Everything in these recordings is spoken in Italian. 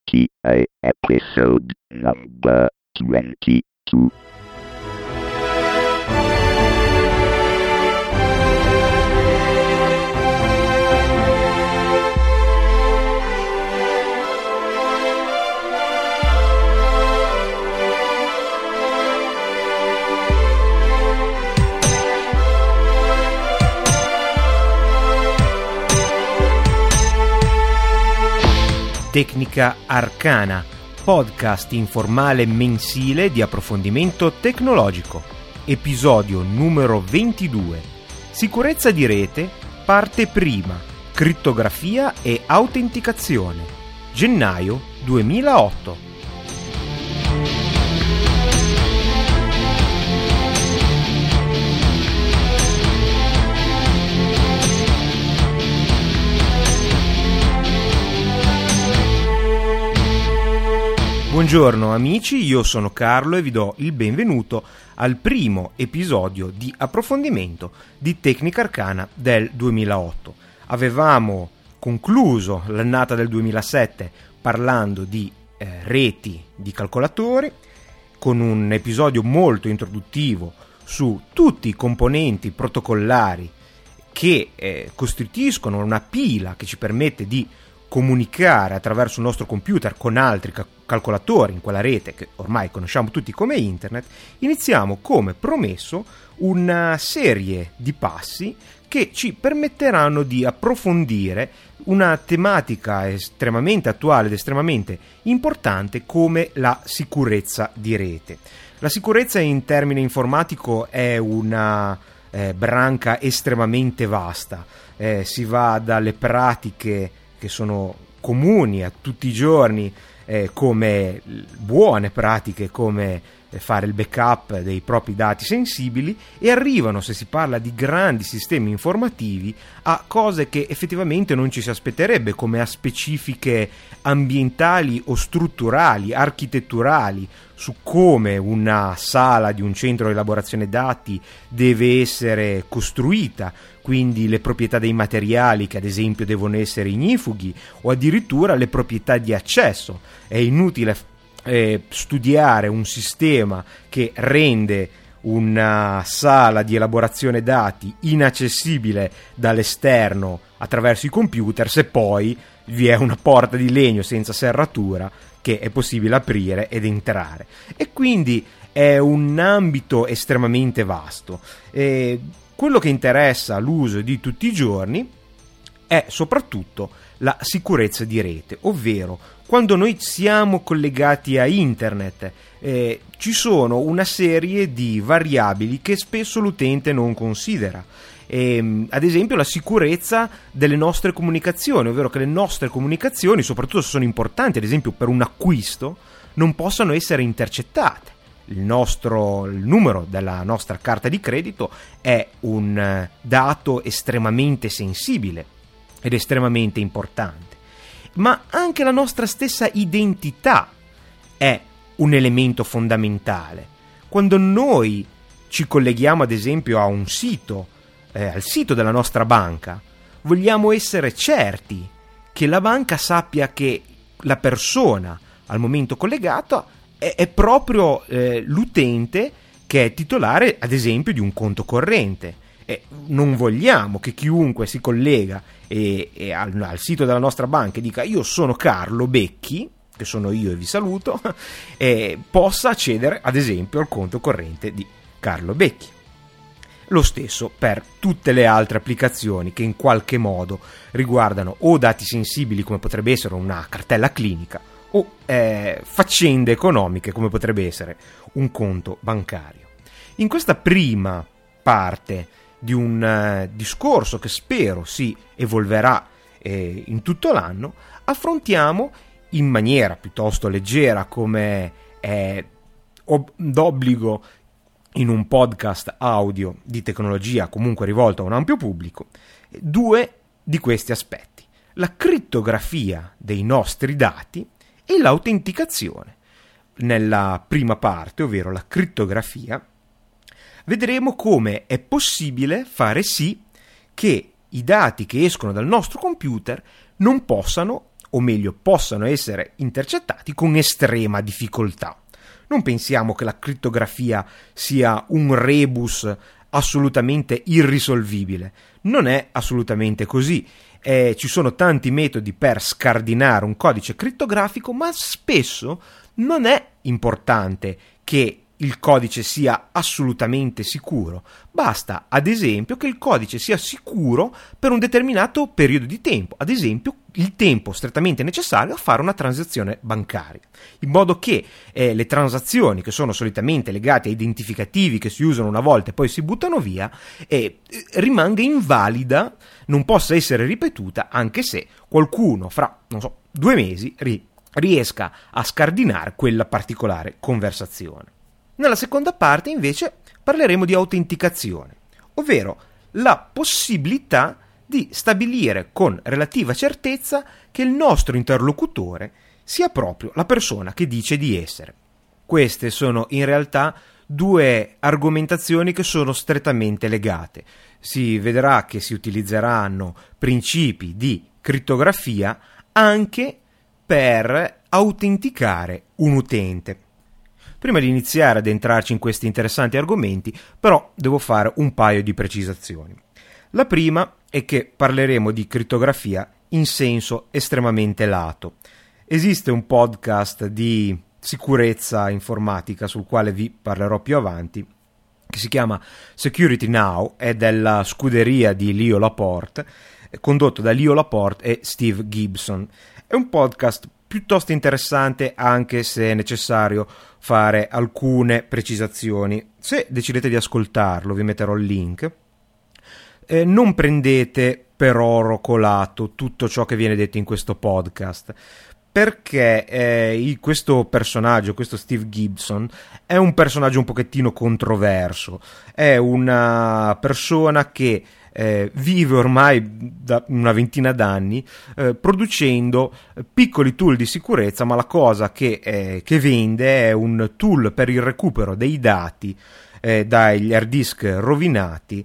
GTA episode number 22. Tecnica Arcana, podcast informale mensile di approfondimento tecnologico. Episodio numero 22. Sicurezza di rete, parte prima, crittografia e autenticazione. Gennaio 2008. Buongiorno amici, io sono Carlo e vi do il benvenuto al primo episodio di approfondimento di Tecnica Arcana del 2008. Avevamo concluso l'annata del 2007 parlando di reti di calcolatori, con un episodio molto introduttivo su tutti i componenti protocollari che costituiscono una pila che ci permette di comunicare attraverso il nostro computer con altri calcolatori in quella rete che ormai conosciamo tutti come internet. Iniziamo come promesso una serie di passi che ci permetteranno di approfondire una tematica estremamente attuale ed estremamente importante come la sicurezza di rete. La sicurezza in termine informatico è una branca estremamente vasta, si va dalle pratiche che sono comuni a tutti i giorni, come buone pratiche come fare il backup dei propri dati sensibili, e arrivano, se si parla di grandi sistemi informativi, a cose che effettivamente non ci si aspetterebbe, come a specifiche ambientali o strutturali, architetturali, su come una sala di un centro di elaborazione dati deve essere costruita, quindi le proprietà dei materiali che ad esempio devono essere ignifughi, o addirittura le proprietà di accesso. È inutile studiare un sistema che rende una sala di elaborazione dati inaccessibile dall'esterno attraverso i computer se poi vi è una porta di legno senza serratura che è possibile aprire ed entrare. E quindi è un ambito estremamente vasto. Quello che interessa l'uso di tutti i giorni è soprattutto la sicurezza di rete, ovvero quando noi siamo collegati a internet ci sono una serie di variabili che spesso l'utente non considera. Ad esempio la sicurezza delle nostre comunicazioni, ovvero che le nostre comunicazioni, soprattutto se sono importanti, ad esempio per un acquisto, non possano essere intercettate. Il numero della nostra carta di credito è un dato estremamente sensibile ed estremamente importante, ma anche la nostra stessa identità è un elemento fondamentale. Quando noi ci colleghiamo ad esempio a un sito, al sito della nostra banca, vogliamo essere certi che la banca sappia che la persona al momento collegata è proprio l'utente che è titolare ad esempio di un conto corrente. Non vogliamo che chiunque si collega al sito della nostra banca e dica io sono Carlo Becchi, che sono io e vi saluto, possa accedere ad esempio al conto corrente di Carlo Becchi. Lo stesso per tutte le altre applicazioni che in qualche modo riguardano o dati sensibili come potrebbe essere una cartella clinica o faccende economiche come potrebbe essere un conto bancario. In questa prima parte di un discorso che spero si evolverà in tutto l'anno, affrontiamo in maniera piuttosto leggera, come è d'obbligo in un podcast audio di tecnologia comunque rivolto a un ampio pubblico, due di questi aspetti: la crittografia dei nostri dati e l'autenticazione. Nella prima parte, ovvero la crittografia, vedremo come è possibile fare sì che i dati che escono dal nostro computer non possano o meglio possano essere intercettati con estrema difficoltà. Non pensiamo che la crittografia sia un rebus assolutamente irrisolvibile. Non è assolutamente così. Ci sono tanti metodi per scardinare un codice crittografico, ma spesso non è importante che il codice sia assolutamente sicuro. Basta, ad esempio, che il codice sia sicuro per un determinato periodo di tempo, ad esempio il tempo strettamente necessario a fare una transazione bancaria, in modo che le transazioni che sono solitamente legate a identificativi che si usano una volta e poi si buttano via rimanga invalida, non possa essere ripetuta, anche se qualcuno fra, 2 mesi riesca a scardinare quella particolare conversazione. Nella seconda parte, invece, parleremo di autenticazione, ovvero la possibilità di stabilire con relativa certezza che il nostro interlocutore sia proprio la persona che dice di essere. Queste sono in realtà 2 argomentazioni che sono strettamente legate. Si vedrà che si utilizzeranno principi di crittografia anche per autenticare un utente. Prima di iniziare ad entrarci in questi interessanti argomenti, però, devo fare un paio di precisazioni. La prima è che parleremo di crittografia in senso estremamente lato. Esiste un podcast di sicurezza informatica sul quale vi parlerò più avanti, che si chiama Security Now, è della scuderia di Leo Laporte, condotto da Leo Laporte e Steve Gibson. È un podcast piuttosto interessante, anche se è necessario fare alcune precisazioni. Se decidete di ascoltarlo, vi metterò il link. Non prendete per oro colato tutto ciò che viene detto in questo podcast, perché questo personaggio, questo Steve Gibson, è un personaggio un pochettino controverso. È una persona che vive ormai da una ventina d'anni producendo piccoli tool di sicurezza, ma la cosa che vende è un tool per il recupero dei dati dagli hard disk rovinati,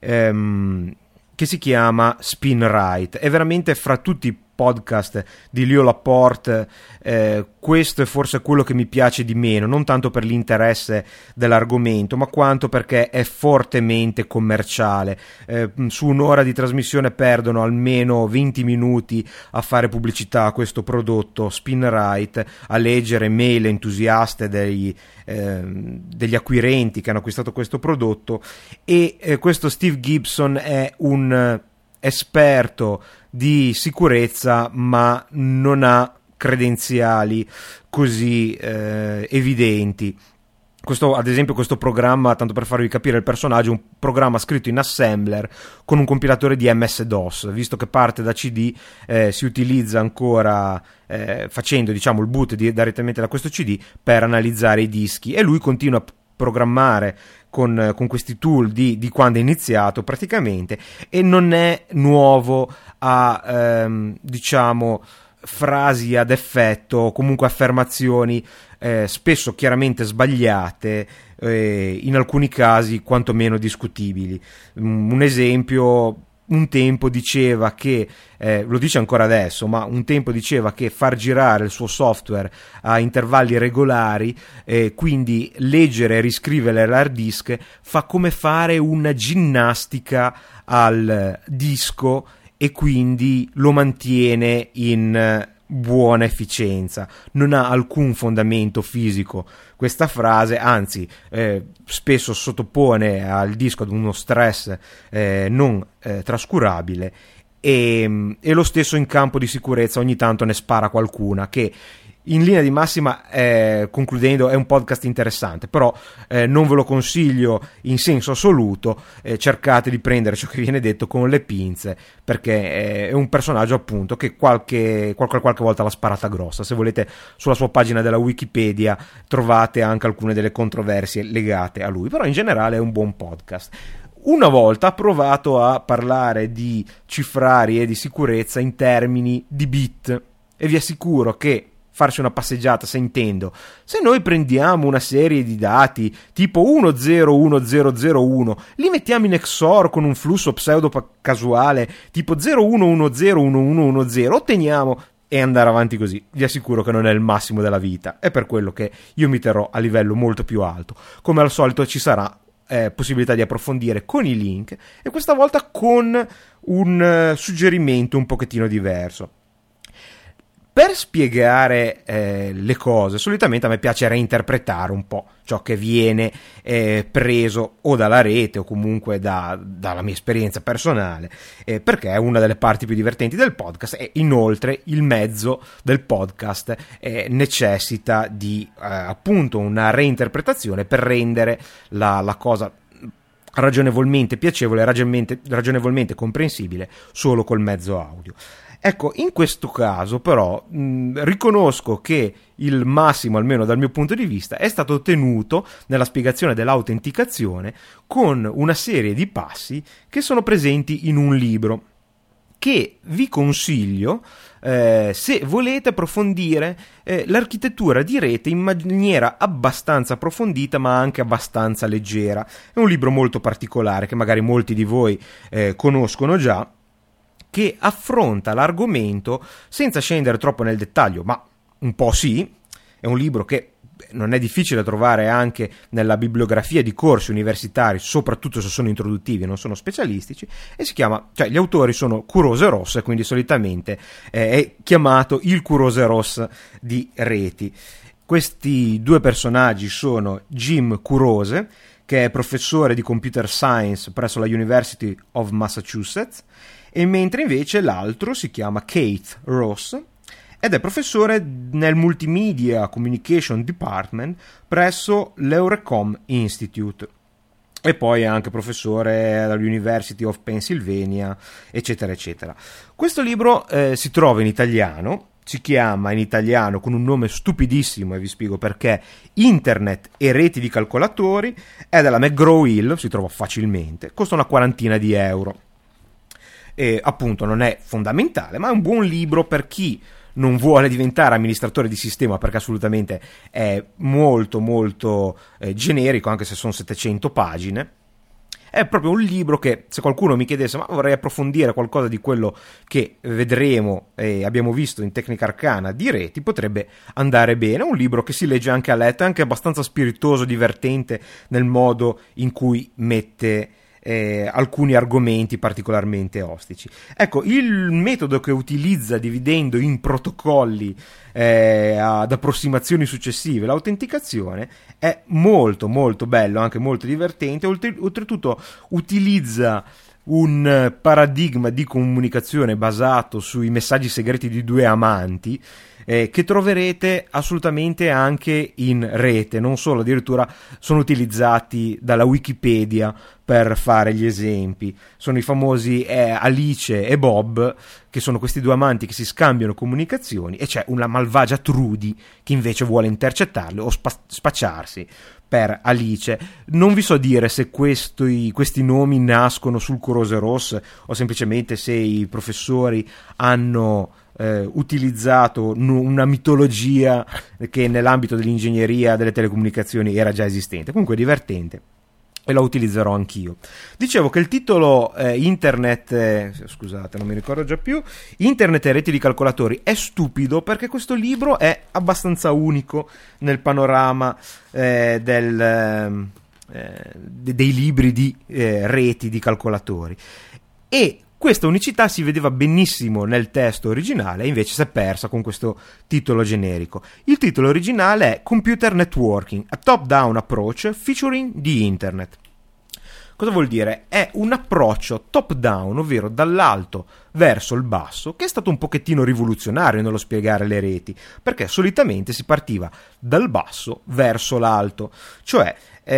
che si chiama SpinRite. È veramente, fra tutti i podcast di Leo Laporte, questo è forse quello che mi piace di meno, non tanto per l'interesse dell'argomento, ma quanto perché è fortemente commerciale. Su un'ora di trasmissione perdono almeno 20 minuti a fare pubblicità a questo prodotto SpinRite, a leggere mail entusiaste degli acquirenti che hanno acquistato questo prodotto, e questo Steve Gibson è un esperto di sicurezza, ma non ha credenziali così evidenti. Ad esempio, questo programma, tanto per farvi capire il personaggio, è un programma scritto in assembler con un compilatore di MS-DOS, visto che parte da CD, si utilizza ancora facendo, diciamo, il boot direttamente da questo CD per analizzare i dischi, e lui continua a programmare con questi tool di quando è iniziato praticamente, e non è nuovo a diciamo frasi ad effetto o comunque affermazioni spesso chiaramente sbagliate, in alcuni casi quantomeno discutibili. Un esempio: un tempo diceva che, lo dice ancora adesso, ma un tempo diceva che far girare il suo software a intervalli regolari, quindi leggere e riscrivere l'hard disk, fa come fare una ginnastica al disco, e quindi lo mantiene in buona efficienza. Non ha alcun fondamento fisico questa frase, anzi spesso sottopone al disco ad uno stress non trascurabile, e lo stesso in campo di sicurezza ogni tanto ne spara qualcuna che, in linea di massima, concludendo, è un podcast interessante, però non ve lo consiglio in senso assoluto. Cercate di prendere ciò che viene detto con le pinze, perché è un personaggio, appunto, che qualche volta l'ha sparata grossa. Se volete, sulla sua pagina della Wikipedia trovate anche alcune delle controversie legate a lui, però in generale è un buon podcast. Una volta ha provato a parlare di cifrari e di sicurezza in termini di bit, e vi assicuro che farci una passeggiata sentendo: se noi prendiamo una serie di dati tipo 101001, li mettiamo in XOR con un flusso pseudo casuale tipo 01101110, otteniamo e andare avanti così. Vi assicuro che non è il massimo della vita, è per quello che io mi terrò a livello molto più alto. Come al solito ci sarà possibilità di approfondire con i link, e questa volta con un suggerimento un pochettino diverso. Per spiegare le cose, solitamente a me piace reinterpretare un po' ciò che viene preso o dalla rete o comunque dalla mia esperienza personale, perché è una delle parti più divertenti del podcast, e inoltre il mezzo del podcast necessita di appunto una reinterpretazione per rendere la cosa ragionevolmente piacevole, ragionevolmente comprensibile solo col mezzo audio. Ecco, in questo caso però riconosco che il massimo, almeno dal mio punto di vista, è stato ottenuto nella spiegazione dell'autenticazione con una serie di passi che sono presenti in un libro, che vi consiglio se volete approfondire l'architettura di rete in maniera abbastanza approfondita ma anche abbastanza leggera. È un libro molto particolare che magari molti di voi conoscono già, che affronta l'argomento senza scendere troppo nel dettaglio, ma un po' sì. È un libro che non è difficile trovare anche nella bibliografia di corsi universitari, soprattutto se sono introduttivi e non sono specialistici, e si chiama, cioè gli autori sono Kurose e Ross, quindi solitamente è chiamato il Kurose Ross di reti. Questi due personaggi sono Jim Kurose, che è professore di computer science presso la University of Massachusetts, e mentre invece l'altro si chiama Keith Ross ed è professore nel Multimedia Communication Department presso l'Eurecom Institute, e poi è anche professore all'University of Pennsylvania, eccetera eccetera. Questo libro si trova in italiano, si chiama in italiano con un nome stupidissimo, e vi spiego perché, Internet e reti di calcolatori, è della McGraw-Hill, si trova facilmente, costa una quarantina di euro. E appunto non è fondamentale, ma è un buon libro per chi non vuole diventare amministratore di sistema, perché assolutamente è molto molto generico, anche se sono 700 pagine. È proprio un libro che, se qualcuno mi chiedesse ma vorrei approfondire qualcosa di quello che vedremo e abbiamo visto in Tecnica Arcana di reti, potrebbe andare bene. È un libro che si legge anche a letto, è anche abbastanza spiritoso, divertente nel modo in cui mette alcuni argomenti particolarmente ostici. Ecco, il metodo che utilizza dividendo in protocolli ad approssimazioni successive l'autenticazione è molto molto bello, anche molto divertente. Oltretutto utilizza un paradigma di comunicazione basato sui messaggi segreti di due amanti, che troverete assolutamente anche in rete, non solo, addirittura sono utilizzati dalla Wikipedia per fare gli esempi. Sono i famosi Alice e Bob, che sono questi due amanti che si scambiano comunicazioni, e c'è una malvagia Trudy che invece vuole intercettarle o spacciarsi per Alice. Non vi so dire se questi nomi nascono sul Kurose Ross o semplicemente se i professori hanno utilizzato una mitologia che nell'ambito dell'ingegneria delle telecomunicazioni era già esistente. Comunque è divertente e la utilizzerò anch'io. Dicevo che il titolo scusate, non mi ricordo già più, Internet e reti di calcolatori, è stupido perché questo libro è abbastanza unico nel panorama dei libri di reti di calcolatori, e questa unicità si vedeva benissimo nel testo originale, invece si è persa con questo titolo generico. Il titolo originale è Computer Networking, a top-down approach featuring the Internet. Cosa vuol dire? È un approccio top-down, ovvero dall'alto verso il basso, che è stato un pochettino rivoluzionario nello spiegare le reti, perché solitamente si partiva dal basso verso l'alto, cioè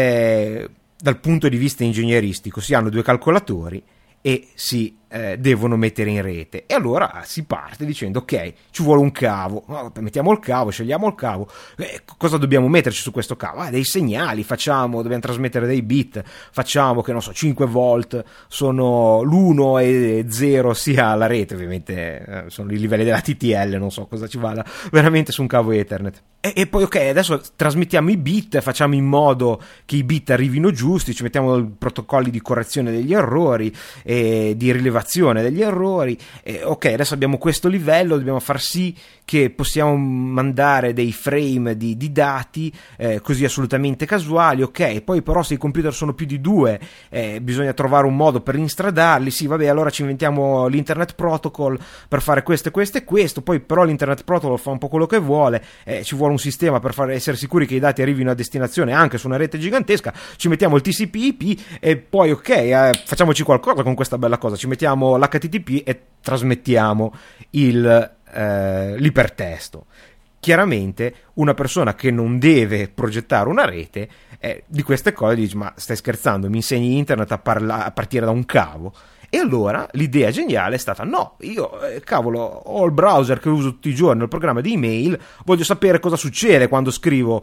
dal punto di vista ingegneristico si hanno due calcolatori e si devono mettere in rete, e allora si parte dicendo ok, ci vuole un cavo, mettiamo il cavo, scegliamo il cavo, cosa dobbiamo metterci su questo cavo? Dei segnali, dobbiamo trasmettere dei bit, facciamo che non so 5 volt sono l'1 e 0 sia la rete, ovviamente sono i livelli della TTL, non so cosa ci vada veramente su un cavo Ethernet, E poi ok, adesso trasmettiamo i bit, facciamo in modo che i bit arrivino giusti, ci mettiamo i protocolli di correzione degli errori, di rilevazione degli errori, ok, adesso abbiamo questo livello, dobbiamo far sì che possiamo mandare dei frame di dati così assolutamente casuali, ok, poi però se i computer sono più di due bisogna trovare un modo per instradarli, sì vabbè, allora ci inventiamo l'Internet Protocol per fare questo e questo e questo, poi però l'Internet Protocol fa un po' quello che vuole, ci vuole un sistema per essere sicuri che i dati arrivino a destinazione anche su una rete gigantesca, ci mettiamo il TCP/IP e poi ok, facciamoci qualcosa con questa bella cosa, ci mettiamo l'HTTP e trasmettiamo l'ipertesto. Chiaramente una persona che non deve progettare una rete di queste cose dice: ma stai scherzando, mi insegni internet a partire da un cavo? E allora l'idea geniale è stata: no, io cavolo, ho il browser che uso tutti i giorni, il programma di email, voglio sapere cosa succede quando scrivo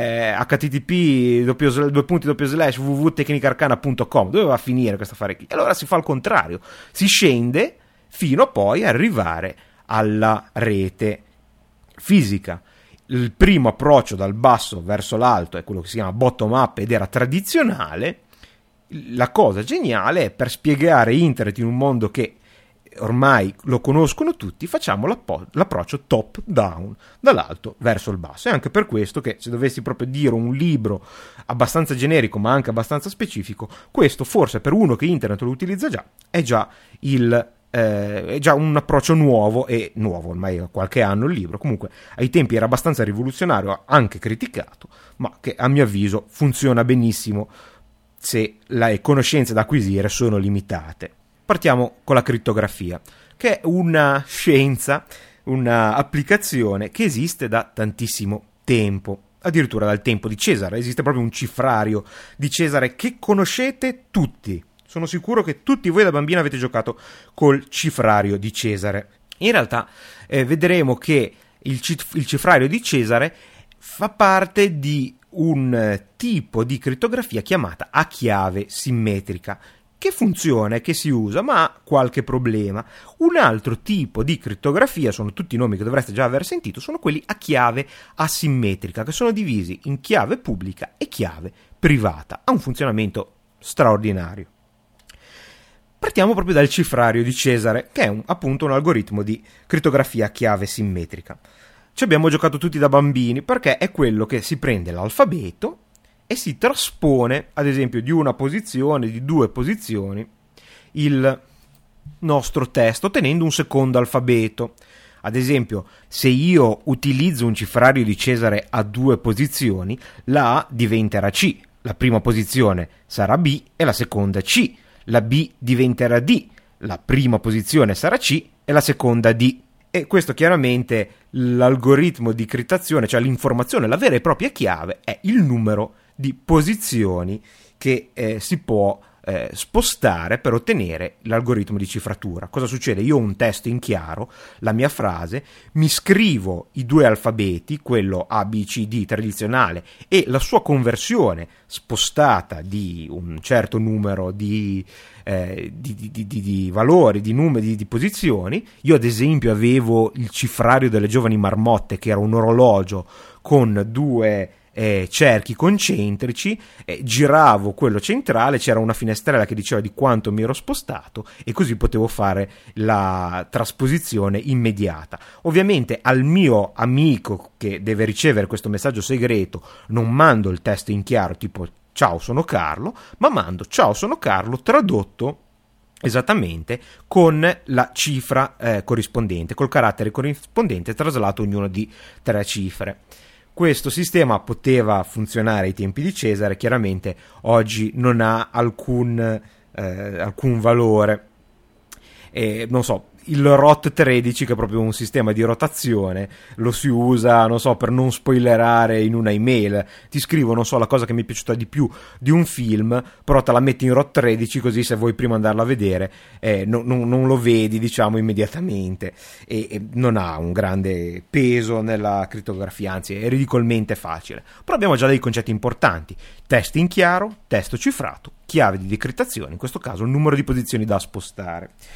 http://www.tecnicarcana.com, dove va a finire questo affare qui? E allora si fa il contrario, si scende fino a poi arrivare alla rete fisica. Il primo approccio dal basso verso l'alto è quello che si chiama bottom up ed era tradizionale. La cosa geniale è, per spiegare internet in un mondo che ormai lo conoscono tutti, facciamo l'approccio top down, dall'alto verso il basso. È anche per questo che, se dovessi proprio dire un libro abbastanza generico ma anche abbastanza specifico, questo forse per uno che internet lo utilizza già è già un approccio nuovo, ormai ha qualche anno il libro, comunque ai tempi era abbastanza rivoluzionario, anche criticato, ma che a mio avviso funziona benissimo se le conoscenze da acquisire sono limitate. Partiamo con la crittografia, che è una scienza, una applicazione che esiste da tantissimo tempo, addirittura dal tempo di Cesare. Esiste proprio un cifrario di Cesare che conoscete tutti. Sono sicuro che tutti voi da bambini avete giocato col cifrario di Cesare. In realtà vedremo che il cifrario di Cesare fa parte di un tipo di crittografia chiamata a chiave simmetrica, che funziona e che si usa, ma ha qualche problema. Un altro tipo di crittografia, sono tutti nomi che dovreste già aver sentito, sono quelli a chiave asimmetrica, che sono divisi in chiave pubblica e chiave privata. Ha un funzionamento straordinario. Partiamo proprio dal cifrario di Cesare, che è appunto un algoritmo di crittografia a chiave simmetrica. Ci abbiamo giocato tutti da bambini, perché è quello che si prende l'alfabeto e si traspone, ad esempio, di una posizione, di due posizioni, il nostro testo, ottenendo un secondo alfabeto. Ad esempio, se io utilizzo un cifrario di Cesare a due posizioni, la A diventerà C, la prima posizione sarà B e la seconda C. La B diventerà D, la prima posizione sarà C e la seconda D. E questo chiaramente, l'algoritmo di criptazione, cioè l'informazione, la vera e propria chiave, è il numero di posizioni che si può spostare per ottenere l'algoritmo di cifratura. Cosa succede? Io ho un testo in chiaro, la mia frase, mi scrivo i due alfabeti, quello A, B, C, D tradizionale, e la sua conversione spostata di un certo numero di valori, di numeri, di posizioni. Io ad esempio avevo il cifrario delle giovani marmotte, che era un orologio con due cerchi concentrici, giravo quello centrale, c'era una finestrella che diceva di quanto mi ero spostato e così potevo fare la trasposizione immediata. Ovviamente al mio amico che deve ricevere questo messaggio segreto non mando il testo in chiaro tipo ciao sono Carlo, ma mando ciao sono Carlo tradotto esattamente con la cifra corrispondente, col carattere corrispondente traslato ognuno di 3 cifre. Questo sistema poteva funzionare ai tempi di Cesare, chiaramente oggi non ha alcun valore. Non so, il ROT13, che è proprio un sistema di rotazione, lo si usa, non so, per non spoilerare in una email. Ti scrivo, non so, la cosa che mi è piaciuta di più di un film, però te la metti in ROT13 così se vuoi prima andarla a vedere non lo vedi, diciamo, immediatamente, e non ha un grande peso nella crittografia, anzi è ridicolmente facile. Però abbiamo già dei concetti importanti: testo in chiaro, testo cifrato, chiave di decrittazione, in questo caso il numero di posizioni da spostare.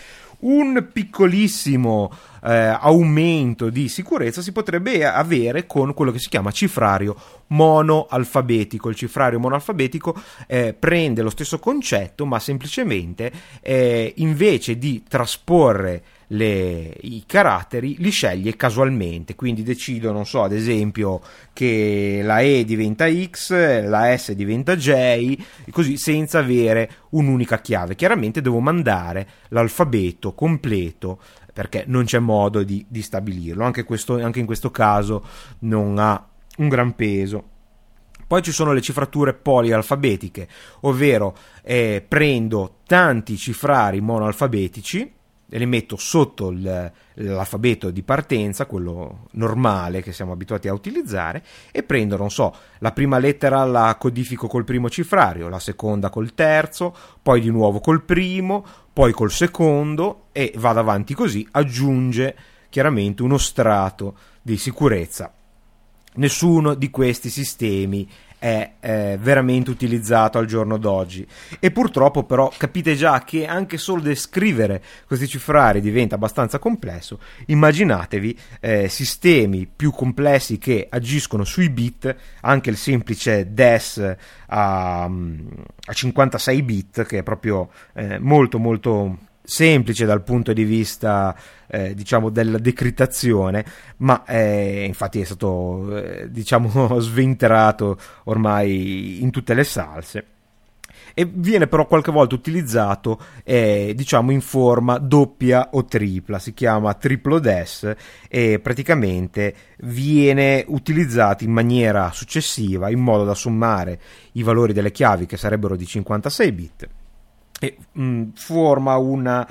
Un piccolissimo aumento di sicurezza si potrebbe avere con quello che si chiama cifrario monoalfabetico. Il cifrario monoalfabetico prende lo stesso concetto, ma semplicemente invece di trasporre i caratteri li sceglie casualmente, quindi decido, non so, ad esempio che la E diventa X, la S diventa J, così senza avere un'unica chiave. Chiaramente devo mandare l'alfabeto completo perché non c'è modo di stabilirlo, anche in questo caso non ha un gran peso. Poi ci sono le cifrature polialfabetiche, ovvero prendo tanti cifrari monoalfabetici e li metto sotto l'alfabeto di partenza, quello normale che siamo abituati a utilizzare, e prendo, non so, la prima lettera la codifico col primo cifrario, la seconda col terzo, poi di nuovo col primo, poi col secondo, e vado avanti così. Aggiunge chiaramente uno strato di sicurezza. Nessuno di questi sistemi è veramente utilizzato al giorno d'oggi, e purtroppo però capite già che anche solo descrivere questi cifrari diventa abbastanza complesso. Immaginatevi sistemi più complessi che agiscono sui bit, anche il semplice DES a 56 bit, che è proprio molto molto semplice dal punto di vista diciamo della decrittazione, ma infatti è stato diciamo sventurato ormai in tutte le salse, e viene però qualche volta utilizzato diciamo in forma doppia o tripla, si chiama triplo DES, e praticamente viene utilizzato in maniera successiva in modo da sommare i valori delle chiavi, che sarebbero di 56 bit, e forma una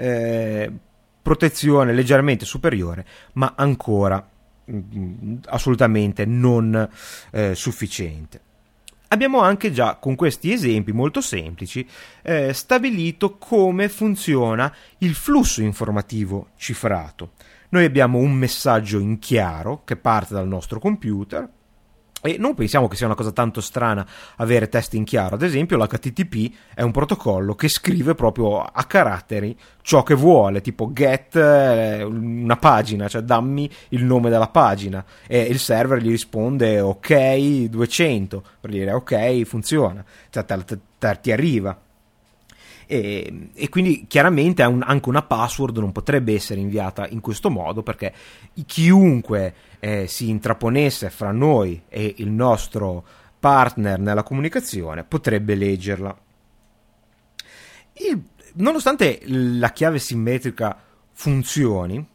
protezione leggermente superiore, ma ancora assolutamente non sufficiente. Abbiamo anche già con questi esempi molto semplici stabilito come funziona il flusso informativo cifrato. Noi abbiamo un messaggio in chiaro che parte dal nostro computer, e non pensiamo che sia una cosa tanto strana avere testo in chiaro. Ad esempio l'HTTP è un protocollo che scrive proprio a caratteri ciò che vuole, tipo get una pagina, cioè dammi il nome della pagina, e il server gli risponde ok 200, per dire ok funziona, cioè ti arriva. E quindi chiaramente anche una password non potrebbe essere inviata in questo modo, perché chiunque si intraponesse fra noi e il nostro partner nella comunicazione potrebbe leggerla. Nonostante la chiave simmetrica funzioni,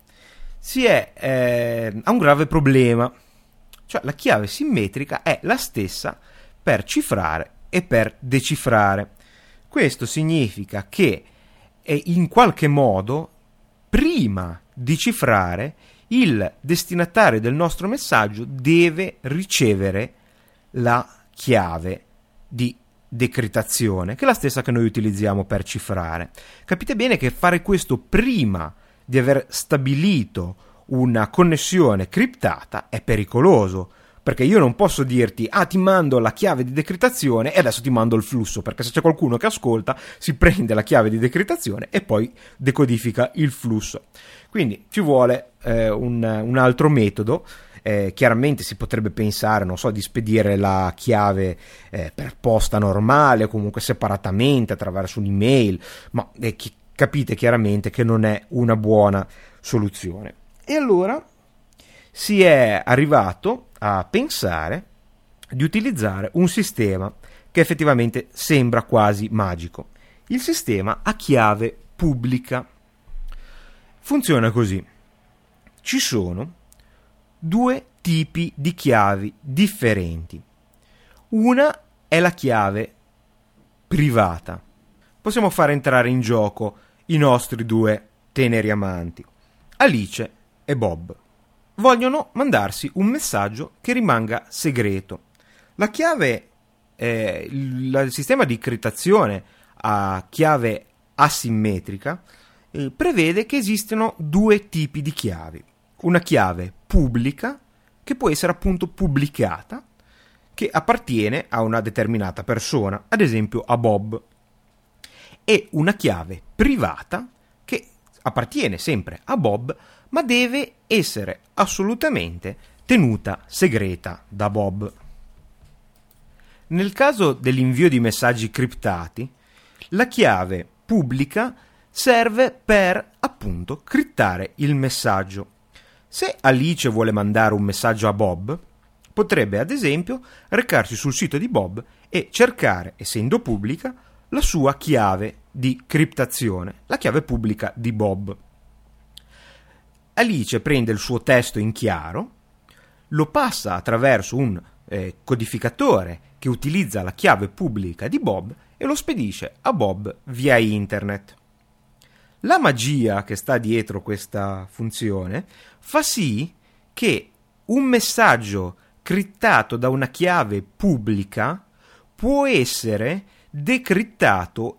ha un grave problema, cioè la chiave simmetrica è la stessa per cifrare e per decifrare. Questo significa che in qualche modo, prima di cifrare, il destinatario del nostro messaggio deve ricevere la chiave di decrittazione, che è la stessa che noi utilizziamo per cifrare. Capite bene che fare questo prima di aver stabilito una connessione criptata è pericoloso, perché io non posso dirti ti mando la chiave di decrittazione e adesso ti mando il flusso, perché se c'è qualcuno che ascolta si prende la chiave di decrittazione e poi decodifica il flusso. Quindi ci vuole un altro metodo. Chiaramente si potrebbe pensare, non so, di spedire la chiave per posta normale o comunque separatamente attraverso un'email, ma capite chiaramente che non è una buona soluzione. E allora si è arrivato a pensare di utilizzare un sistema che effettivamente sembra quasi magico, il sistema a chiave pubblica. Funziona così: ci sono due tipi di chiavi differenti. Una è la chiave privata. Possiamo fare entrare in gioco i nostri due teneri amanti, Alice e Bob. Vogliono mandarsi un messaggio che rimanga segreto. La chiave, il sistema di criptazione a chiave asimmetrica prevede che esistono due tipi di chiavi. Una chiave pubblica, che può essere appunto pubblicata, che appartiene a una determinata persona, ad esempio a Bob, e una chiave privata che appartiene sempre a Bob, ma deve essere assolutamente tenuta segreta da Bob. Nel caso dell'invio di messaggi criptati, la chiave pubblica serve per, appunto, criptare il messaggio. Se Alice vuole mandare un messaggio a Bob, potrebbe ad esempio recarsi sul sito di Bob e cercare, essendo pubblica, la sua chiave di criptazione, la chiave pubblica di Bob. Alice prende il suo testo in chiaro, lo passa attraverso un codificatore che utilizza la chiave pubblica di Bob e lo spedisce a Bob via internet. La magia che sta dietro questa funzione fa sì che un messaggio criptato da una chiave pubblica può essere decriptato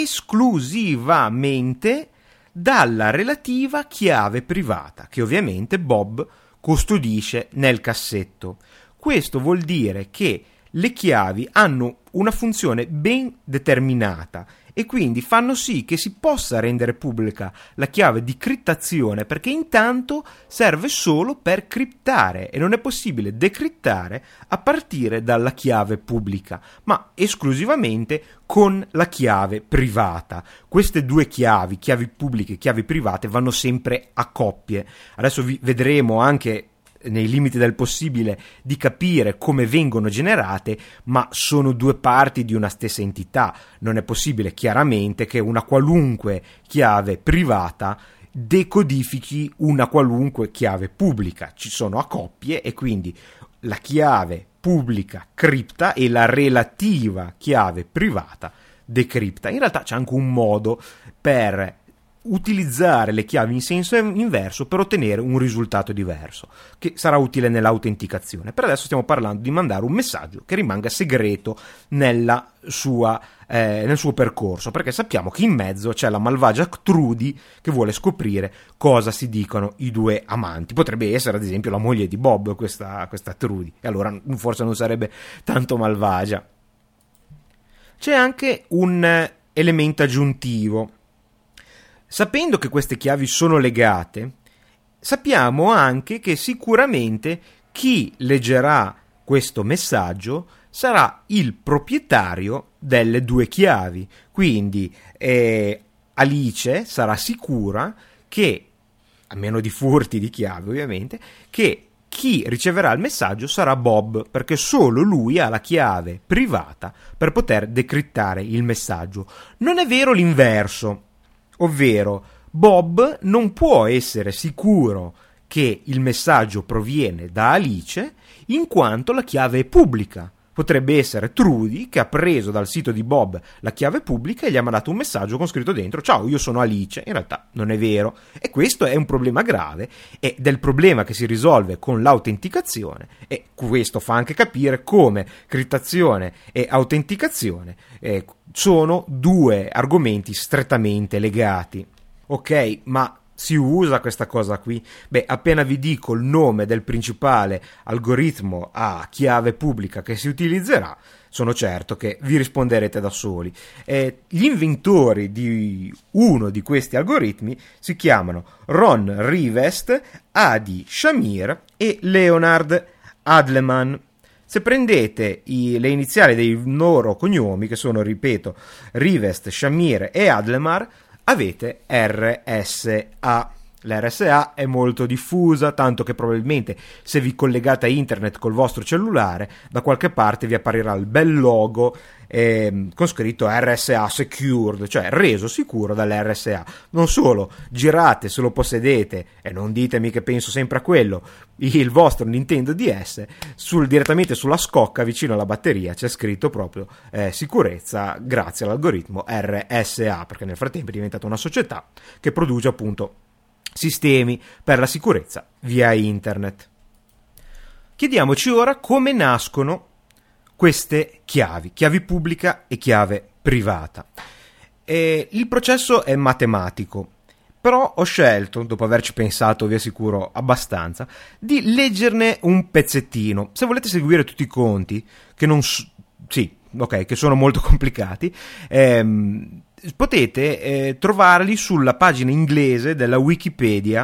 esclusivamente dalla relativa chiave privata, che ovviamente Bob custodisce nel cassetto. Questo vuol dire che le chiavi hanno una funzione ben determinata e quindi fanno sì che si possa rendere pubblica la chiave di criptazione, perché intanto serve solo per criptare e non è possibile decriptare a partire dalla chiave pubblica, ma esclusivamente con la chiave privata. Queste due chiavi pubbliche e chiavi private, vanno sempre a coppie. Adesso vedremo anche, nei limiti del possibile, di capire come vengono generate, ma sono due parti di una stessa entità. Non è possibile chiaramente che una qualunque chiave privata decodifichi una qualunque chiave pubblica. Ci sono a coppie e quindi la chiave pubblica cripta e la relativa chiave privata decripta. In realtà c'è anche un modo per utilizzare le chiavi in senso inverso per ottenere un risultato diverso, che sarà utile nell'autenticazione. Per adesso stiamo parlando di mandare un messaggio che rimanga segreto nel suo percorso, perché sappiamo che in mezzo c'è la malvagia Trudy che vuole scoprire cosa si dicono i due amanti. Potrebbe essere ad esempio la moglie di Bob questa Trudy, e allora forse non sarebbe tanto malvagia. C'è anche un elemento aggiuntivo. Sapendo che queste chiavi sono legate, sappiamo anche che sicuramente chi leggerà questo messaggio sarà il proprietario delle due chiavi. Quindi Alice sarà sicura che, a meno di furti di chiavi ovviamente, che chi riceverà il messaggio sarà Bob, perché solo lui ha la chiave privata per poter decriptare il messaggio. Non è vero l'inverso. Ovvero, Bob non può essere sicuro che il messaggio proviene da Alice, in quanto la chiave è pubblica. Potrebbe essere Trudy che ha preso dal sito di Bob la chiave pubblica e gli ha mandato un messaggio con scritto dentro: ciao, io sono Alice. In realtà non è vero, e questo è un problema grave, ed è il problema che si risolve con l'autenticazione, e questo fa anche capire come criptazione e autenticazione sono due argomenti strettamente legati. Ok, ma si usa questa cosa qui? Beh, appena vi dico il nome del principale algoritmo a chiave pubblica che si utilizzerà, sono certo che vi risponderete da soli. Gli inventori di uno di questi algoritmi si chiamano Ron Rivest, Adi Shamir e Leonard Adleman. Se prendete le iniziali dei loro cognomi, che sono, ripeto, Rivest, Shamir e Adleman, avete RSA. L'RSA è molto diffusa, tanto che probabilmente se vi collegate a internet col vostro cellulare, da qualche parte vi apparirà il bel logo con scritto RSA Secured, cioè reso sicuro dall'RSA. Non solo, girate, se lo possedete, e non ditemi che penso sempre a quello, il vostro Nintendo DS, direttamente sulla scocca vicino alla batteria c'è scritto proprio sicurezza grazie all'algoritmo RSA, perché nel frattempo è diventata una società che produce appunto sistemi per la sicurezza via internet. Chiediamoci ora come nascono queste chiavi pubblica e chiave privata. Il processo è matematico, però ho scelto, dopo averci pensato vi assicuro abbastanza, di leggerne un pezzettino. Se volete seguire tutti i conti, che non che sono molto complicati, potete trovarli sulla pagina inglese della Wikipedia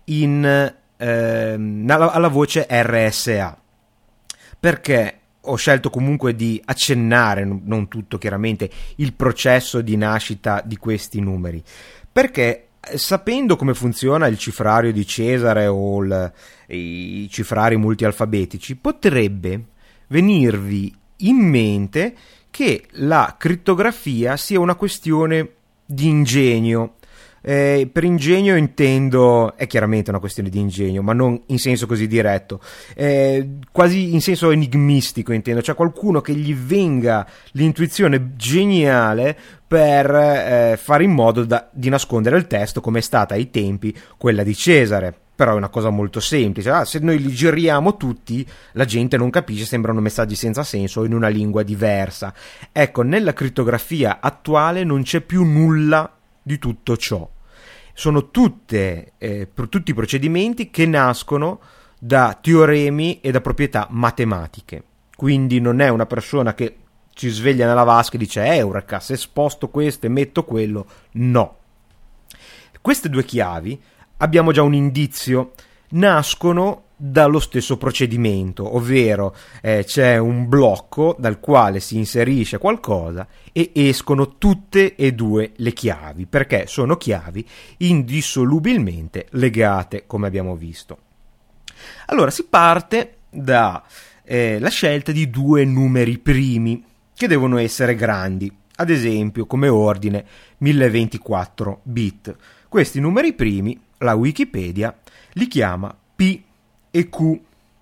alla voce RSA. Perché ho scelto comunque di accennare, non tutto chiaramente, il processo di nascita di questi numeri? Perché sapendo come funziona il cifrario di Cesare o i cifrari multialfabetici, potrebbe venirvi in mente che la crittografia sia una questione di ingegno. Per ingegno intendo, è chiaramente una questione di ingegno, ma non in senso così diretto, quasi in senso enigmistico intendo, cioè qualcuno che gli venga l'intuizione geniale per fare in modo di nascondere il testo, come è stata ai tempi quella di Cesare. Però è una cosa molto semplice. Se noi li giriamo tutti, la gente non capisce, sembrano messaggi senza senso in una lingua diversa. Ecco, nella crittografia attuale non c'è più nulla di tutto ciò. Sono tutti procedimenti che nascono da teoremi e da proprietà matematiche. Quindi non è una persona che ci sveglia nella vasca e dice Eureka, se sposto questo e metto quello. No. Queste due chiavi, abbiamo già un indizio, nascono dallo stesso procedimento, ovvero c'è un blocco dal quale si inserisce qualcosa e escono tutte e due le chiavi, perché sono chiavi indissolubilmente legate, come abbiamo visto. Allora si parte da la scelta di due numeri primi che devono essere grandi, ad esempio come ordine 1024 bit. Questi numeri primi la Wikipedia li chiama P e Q.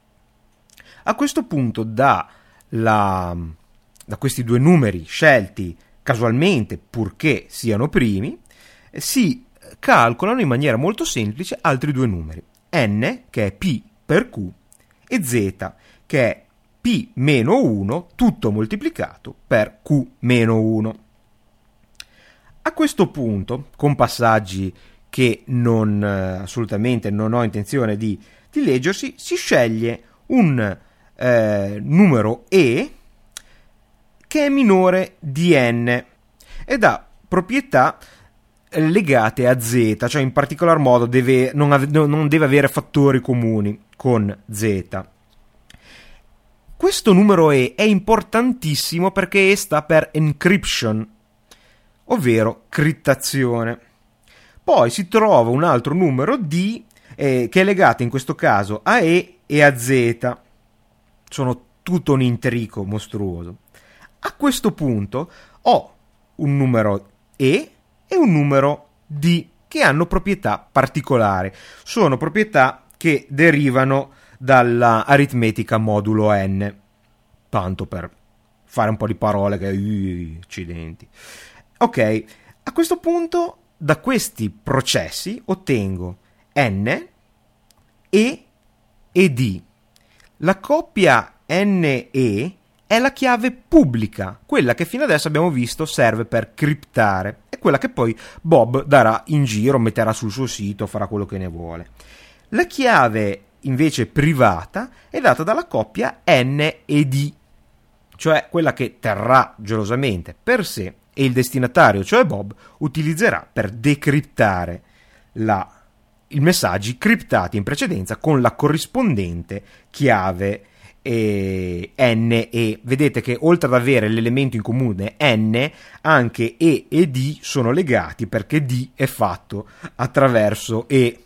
A questo punto da questi due numeri scelti casualmente, purché siano primi, si calcolano in maniera molto semplice altri due numeri, n, che è P per Q, e z, che è P meno 1, tutto moltiplicato per Q meno 1. A questo punto, con passaggi che assolutamente non ho intenzione di leggersi, si sceglie un numero E che è minore di n ed ha proprietà legate a z, cioè in particolar modo non deve avere fattori comuni con z. Questo numero E è importantissimo perché E sta per encryption, ovvero crittazione. Poi si trova un altro numero D che è legato in questo caso a E e a Z. Sono tutto un intrico mostruoso. A questo punto ho un numero E e un numero D che hanno proprietà particolari. Sono proprietà che derivano dalla aritmetica modulo n. Tanto per fare un po' di parole che accidenti. Ok, a questo punto da questi processi ottengo n, E e D. La coppia NE è la chiave pubblica, quella che fino adesso abbiamo visto serve per criptare, è quella che poi Bob darà in giro, metterà sul suo sito, farà quello che ne vuole. La chiave invece privata è data dalla coppia N e D, cioè quella che terrà gelosamente per sé e il destinatario, cioè Bob, utilizzerà per decriptare i messaggi criptati in precedenza con la corrispondente chiave NE. Vedete che oltre ad avere l'elemento in comune N, anche E e D sono legati perché D è fatto attraverso E.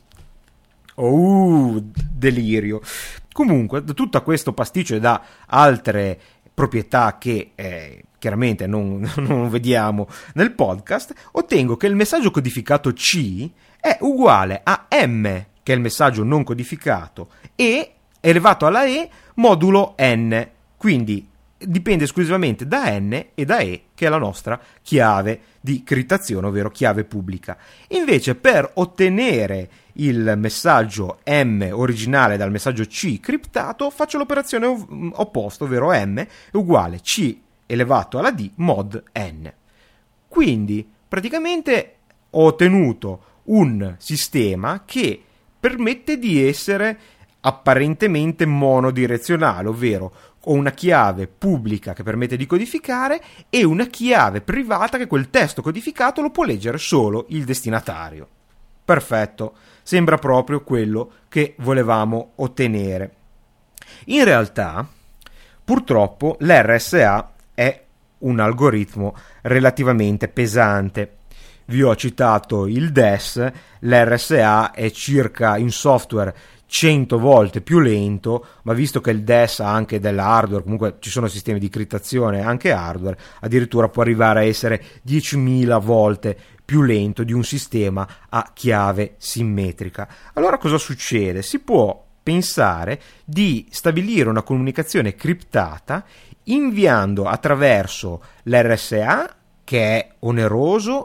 Delirio. Comunque, da tutto questo pasticcio e da altre proprietà che chiaramente non vediamo nel podcast, ottengo che il messaggio codificato C è uguale a M, che è il messaggio non codificato, e elevato alla E modulo N. Quindi dipende esclusivamente da N e da E, che è la nostra chiave di criptazione, ovvero chiave pubblica. Invece per ottenere il messaggio M originale dal messaggio C criptato faccio l'operazione opposta, ovvero M è uguale C elevato alla D mod N. Quindi praticamente ho ottenuto un sistema che permette di essere apparentemente monodirezionale, ovvero ho una chiave pubblica che permette di codificare e una chiave privata che quel testo codificato lo può leggere solo il destinatario. Perfetto, sembra proprio quello che volevamo ottenere. In realtà, purtroppo, l'RSA è un algoritmo relativamente pesante. Vi ho citato il DES, l'RSA è circa in software 100 volte più lento, ma visto che il DES ha anche dell'hardware, comunque ci sono sistemi di criptazione anche hardware, addirittura può arrivare a essere 10.000 volte più lento di un sistema a chiave simmetrica. Allora cosa succede? Si può pensare di stabilire una comunicazione criptata inviando attraverso l'RSA, che è oneroso,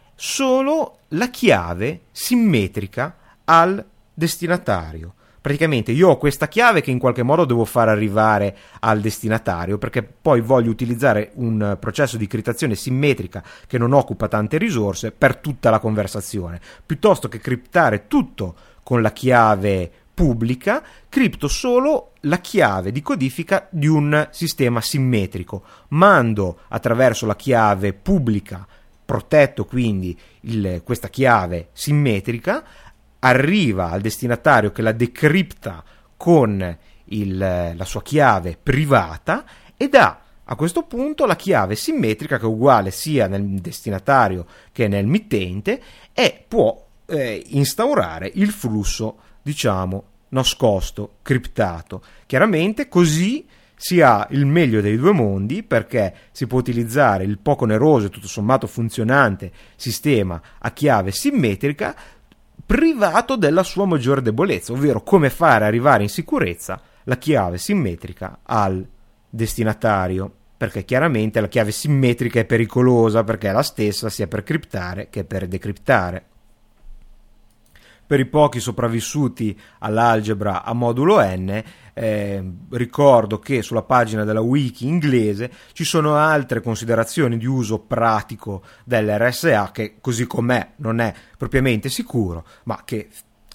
solo la chiave simmetrica al destinatario. Praticamente io ho questa chiave che in qualche modo devo far arrivare al destinatario, perché poi voglio utilizzare un processo di criptazione simmetrica che non occupa tante risorse per tutta la conversazione. Piuttosto che criptare tutto con la chiave pubblica, cripto solo la chiave di codifica di un sistema simmetrico. Mando attraverso la chiave pubblica, protetto quindi questa chiave simmetrica, arriva al destinatario che la decripta con la sua chiave privata e dà a questo punto la chiave simmetrica che è uguale sia nel destinatario che nel mittente e può instaurare il flusso, diciamo, nascosto, criptato. Chiaramente così si ha il meglio dei due mondi, perché si può utilizzare il poco oneroso e tutto sommato funzionante sistema a chiave simmetrica privato della sua maggiore debolezza, ovvero come fare arrivare in sicurezza la chiave simmetrica al destinatario, perché chiaramente la chiave simmetrica è pericolosa perché è la stessa sia per criptare che per decriptare. Per i pochi sopravvissuti all'algebra a modulo n, ricordo che sulla pagina della wiki inglese ci sono altre considerazioni di uso pratico dell'RSA che, così com'è, non è propriamente sicuro, ma che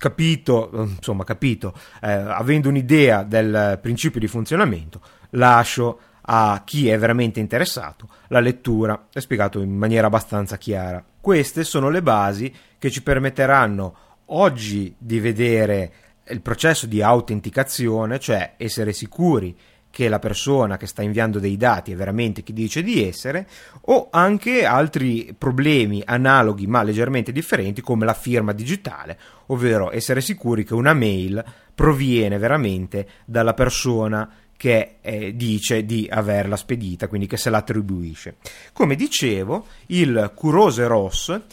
avendo un'idea del principio di funzionamento, lascio a chi è veramente interessato la lettura, è spiegato in maniera abbastanza chiara. Queste sono le basi che ci permetteranno oggi di vedere il processo di autenticazione, cioè essere sicuri che la persona che sta inviando dei dati è veramente chi dice di essere, o anche altri problemi analoghi ma leggermente differenti come la firma digitale, ovvero essere sicuri che una mail proviene veramente dalla persona che dice di averla spedita, quindi che se la attribuisce. Come dicevo, il Kurose-Ross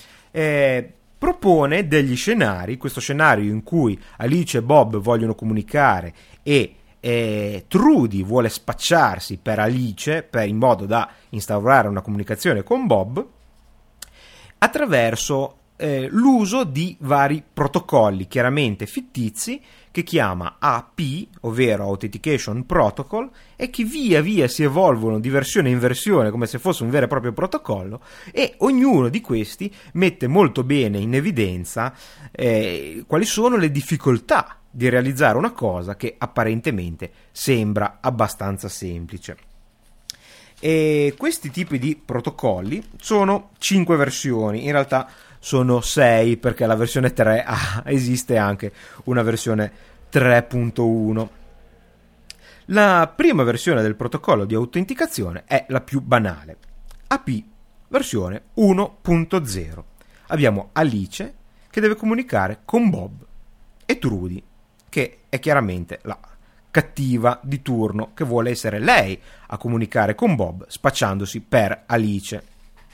propone degli scenari, questo scenario in cui Alice e Bob vogliono comunicare e Trudy vuole spacciarsi per Alice in modo da instaurare una comunicazione con Bob attraverso l'uso di vari protocolli chiaramente fittizi che chiama AP, ovvero Authentication Protocol, e che via via si evolvono di versione in versione come se fosse un vero e proprio protocollo, e ognuno di questi mette molto bene in evidenza quali sono le difficoltà di realizzare una cosa che apparentemente sembra abbastanza semplice. E questi tipi di protocolli sono 5 versioni, in realtà sono 6 perché la versione 3 esiste anche una versione 3.1. La prima versione del protocollo di autenticazione è la più banale, AP versione 1.0. Abbiamo Alice che deve comunicare con Bob e Trudy che è chiaramente la cattiva di turno che vuole essere lei a comunicare con Bob spacciandosi per Alice.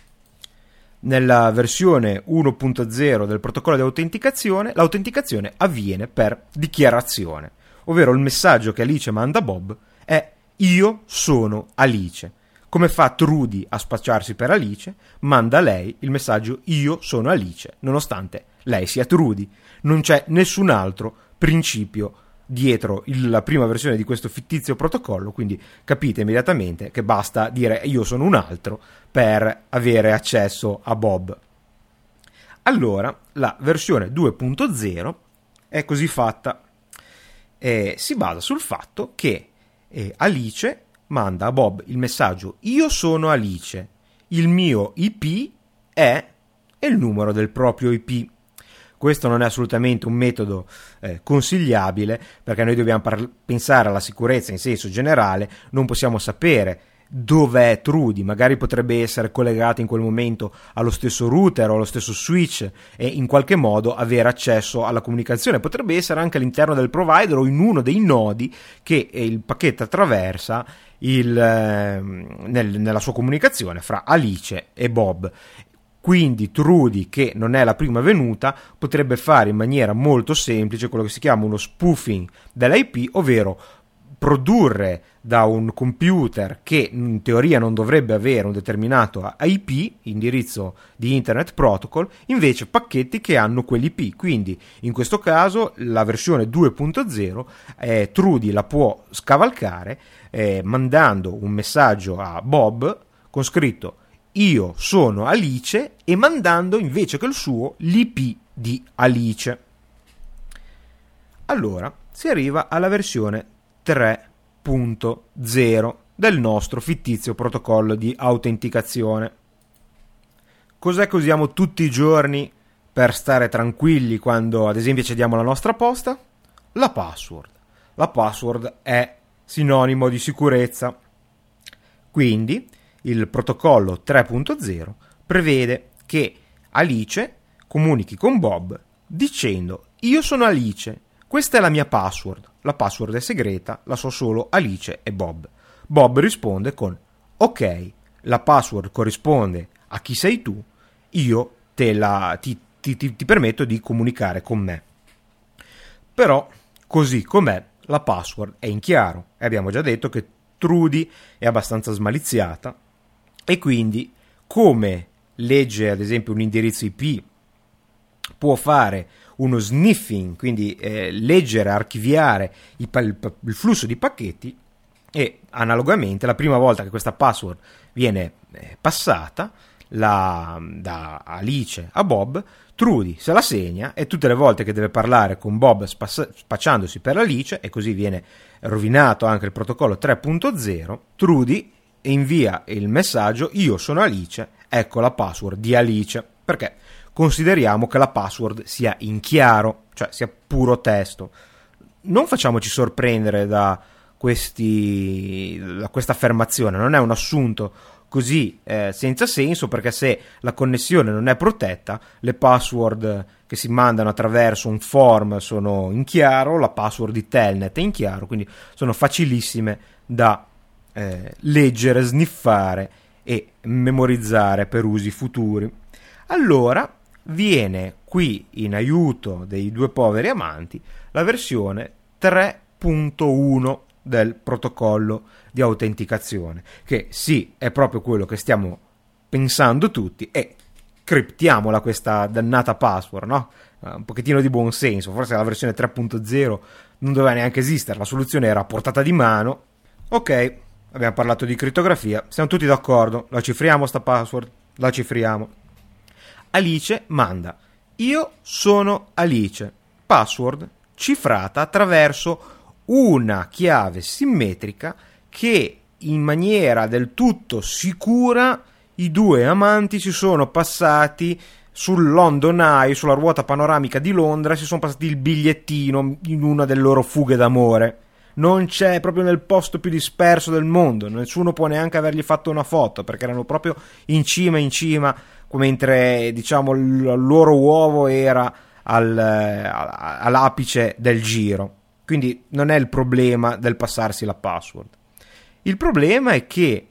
Nella versione 1.0 del protocollo di autenticazione, l'autenticazione avviene per dichiarazione, ovvero il messaggio che Alice manda a Bob è "Io sono Alice". Come fa Trudy a spacciarsi per Alice? Manda a lei il messaggio "Io sono Alice", nonostante lei sia Trudy. Non c'è nessun altro principio dietro la prima versione di questo fittizio protocollo, quindi capite immediatamente che basta dire "io sono un altro" per avere accesso a Bob. Allora, la versione 2.0 è così fatta. si basa sul fatto che Alice manda a Bob il messaggio: io sono Alice, il mio IP è il numero del proprio IP. Questo non è assolutamente un metodo consigliabile, perché noi dobbiamo pensare alla sicurezza in senso generale. Non possiamo sapere dov'è Trudy, magari potrebbe essere collegata in quel momento allo stesso router o allo stesso switch e in qualche modo avere accesso alla comunicazione. Potrebbe essere anche all'interno del provider o in uno dei nodi che il pacchetto attraversa nella sua comunicazione fra Alice e Bob. Quindi Trudy, che non è la prima venuta, potrebbe fare in maniera molto semplice quello che si chiama uno spoofing dell'IP, ovvero produrre da un computer che in teoria non dovrebbe avere un determinato IP, indirizzo di Internet Protocol, invece pacchetti che hanno quell'IP. Quindi in questo caso la versione 2.0 Trudy la può scavalcare mandando un messaggio a Bob con scritto io sono Alice e mandando invece che il suo l'IP di Alice. Allora si arriva alla versione 3.0 del nostro fittizio protocollo di autenticazione. Cos'è che usiamo tutti i giorni per stare tranquilli quando ad esempio cediamo la nostra posta? La password. La password è sinonimo di sicurezza. Quindi il protocollo 3.0 prevede che Alice comunichi con Bob dicendo io sono Alice, questa è la mia password, la password è segreta, la so solo Alice e Bob. Bob risponde con ok, la password corrisponde a chi sei tu, io ti permetto di comunicare con me. Però così com'è la password è in chiaro e abbiamo già detto che Trudy è abbastanza smaliziata e quindi come legge ad esempio un indirizzo IP può fare uno sniffing, quindi leggere, archiviare il flusso di pacchetti e analogamente la prima volta che questa password viene passata da Alice a Bob, Trudy se la segna e tutte le volte che deve parlare con Bob spacciandosi per Alice, e così viene rovinato anche il protocollo 3.0, Trudy invia il messaggio io sono Alice, ecco la password di Alice, perché consideriamo che la password sia in chiaro, cioè sia puro testo. Non facciamoci sorprendere da questa affermazione, non è un assunto così senza senso, perché se la connessione non è protetta, le password che si mandano attraverso un form sono in chiaro, la password di Telnet è in chiaro, quindi sono facilissime da leggere, sniffare e memorizzare per usi futuri. Allora viene qui in aiuto dei due poveri amanti la versione 3.1 del protocollo di autenticazione, che sì, è proprio quello che stiamo pensando tutti, e criptiamola questa dannata password, no? Un pochettino di buon senso, forse la versione 3.0 non doveva neanche esistere, la soluzione era a portata di mano. Ok, abbiamo parlato di crittografia, siamo tutti d'accordo, la cifriamo sta password, la cifriamo. Alice manda io sono Alice, password cifrata attraverso una chiave simmetrica che in maniera del tutto sicura i due amanti si sono passati sul London Eye, sulla ruota panoramica di Londra, si sono passati il bigliettino in una delle loro fughe d'amore. Non c'è, proprio nel posto più disperso del mondo, nessuno può neanche avergli fatto una foto perché erano proprio in cima, mentre diciamo il loro uovo era all'apice del giro. Quindi non è il problema del passarsi la password. Il problema è che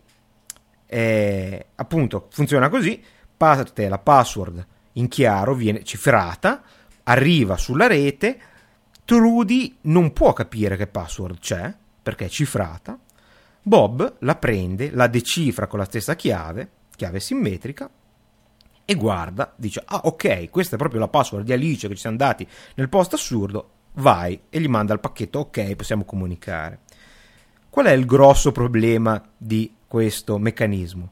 appunto funziona così: parte la password in chiaro, viene cifrata, arriva sulla rete, Trudy non può capire che password c'è perché è cifrata, Bob la prende, la decifra con la stessa chiave simmetrica, e guarda, dice ah ok, questa è proprio la password di Alice che ci siamo dati nel post assurdo, vai, e gli manda il pacchetto ok, possiamo comunicare. Qual è il grosso problema di questo meccanismo?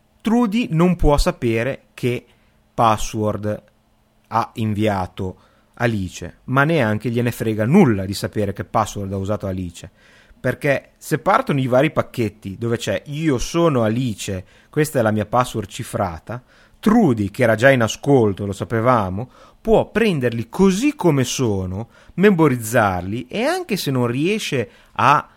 Trudy non può sapere che password ha inviato Alice, ma neanche gliene frega nulla di sapere che password ha usato Alice, perché se partono i vari pacchetti dove c'è io sono Alice, questa è la mia password cifrata, Trudy, che era già in ascolto, lo sapevamo, può prenderli così come sono, memorizzarli, e anche se non riesce a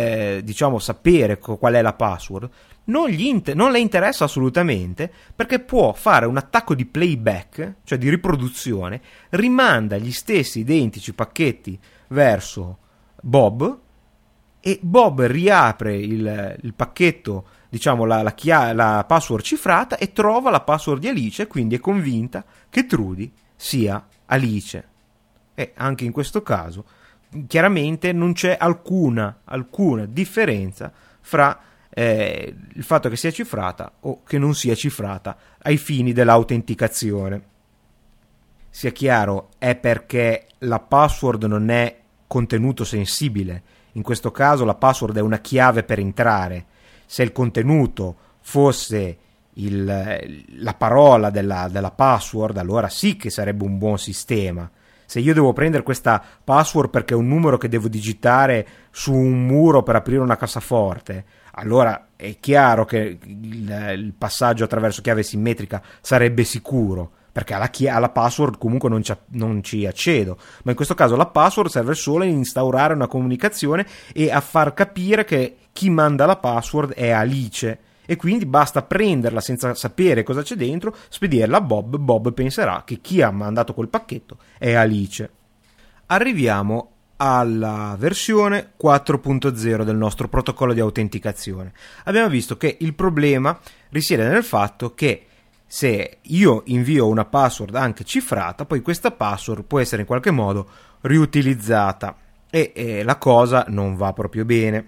sapere qual è la password, non le interessa assolutamente, perché può fare un attacco di playback, cioè di riproduzione, rimanda gli stessi identici pacchetti verso Bob, e Bob riapre il pacchetto, diciamo la password cifrata, e trova la password di Alice, quindi è convinta che Trudy sia Alice. E anche in questo caso chiaramente non c'è alcuna differenza fra il fatto che sia cifrata o che non sia cifrata ai fini dell'autenticazione. Sia chiaro, è perché la password non è contenuto sensibile. In questo caso la password è una chiave per entrare. Se il contenuto fosse la parola della password, allora sì che sarebbe un buon sistema. Se io devo prendere questa password perché è un numero che devo digitare su un muro per aprire una cassaforte, allora è chiaro che il passaggio attraverso chiave simmetrica sarebbe sicuro, perché alla password comunque non ci accedo. Ma in questo caso la password serve solo a instaurare una comunicazione e a far capire che chi manda la password è Alice, e quindi basta prenderla senza sapere cosa c'è dentro, spedirla a Bob penserà che chi ha mandato quel pacchetto è Alice. Arriviamo alla versione 4.0 del nostro protocollo di autenticazione. Abbiamo visto che il problema risiede nel fatto che se io invio una password anche cifrata, poi questa password può essere in qualche modo riutilizzata e la cosa non va proprio bene.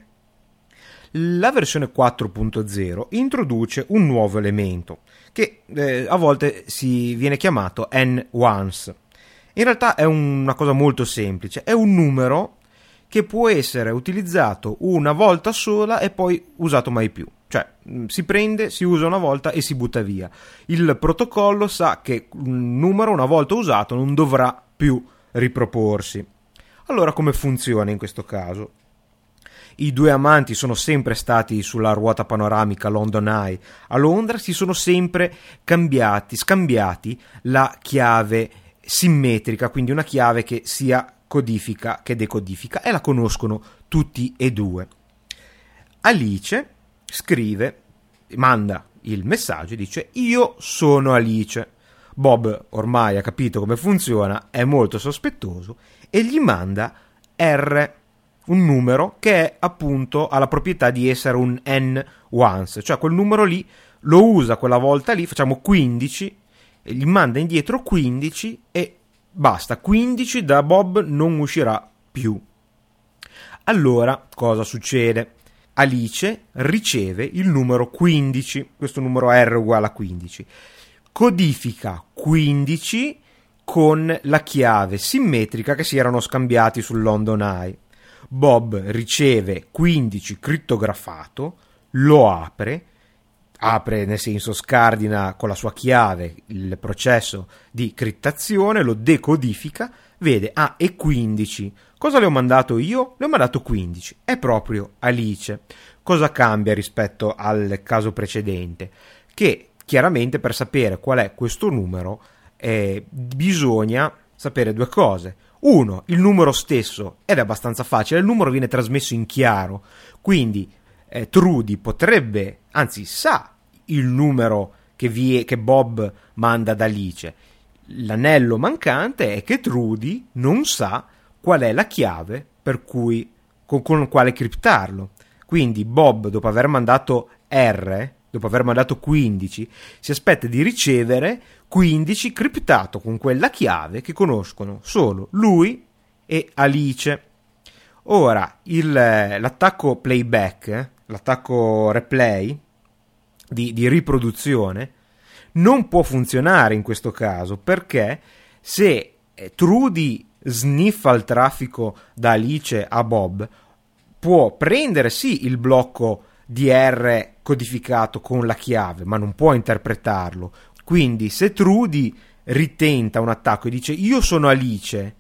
La versione 4.0 introduce un nuovo elemento che a volte si viene chiamato N-ones. In realtà è una cosa molto semplice, è un numero che può essere utilizzato una volta sola e poi usato mai più. Cioè si prende, si usa una volta e si butta via. Il protocollo sa che un numero una volta usato non dovrà più riproporsi. Allora come funziona in questo caso? I due amanti sono sempre stati sulla ruota panoramica London Eye a Londra, si sono sempre scambiati la chiave simmetrica, quindi una chiave che sia codifica che decodifica, e la conoscono tutti e due. Alice scrive, manda il messaggio e dice io sono Alice. Bob ormai ha capito come funziona, è molto sospettoso e gli manda R, un numero che è appunto ha la proprietà di essere un N-ones, cioè quel numero lì lo usa quella volta lì, facciamo 15, e gli manda indietro 15 e basta, 15 da Bob non uscirà più. Allora cosa succede? Alice riceve il numero 15, questo numero R uguale a 15, codifica 15 con la chiave simmetrica che si erano scambiati sul London Eye. Bob riceve 15 crittografato, lo apre nel senso scardina con la sua chiave il processo di crittazione, lo decodifica, vede, è 15. Cosa le ho mandato io? Le ho mandato 15, è proprio Alice. Cosa cambia rispetto al caso precedente? Che chiaramente per sapere qual è questo numero bisogna sapere due cose. Uno, il numero stesso, ed è abbastanza facile, il numero viene trasmesso in chiaro, quindi Trudy potrebbe, anzi sa il numero che Bob manda ad Alice. L'anello mancante è che Trudy non sa qual è la chiave per cui con quale criptarlo. Quindi Bob, dopo aver mandato R, dopo aver mandato 15, si aspetta di ricevere 15 criptato con quella chiave che conoscono solo lui e Alice. Ora, l'attacco playback, l'attacco replay di riproduzione, non può funzionare in questo caso, perché se Trudy sniffa il traffico da Alice a Bob, può prendere sì il blocco di R codificato con la chiave, ma non può interpretarlo. Quindi se Trudy ritenta un attacco e dice io sono Alice,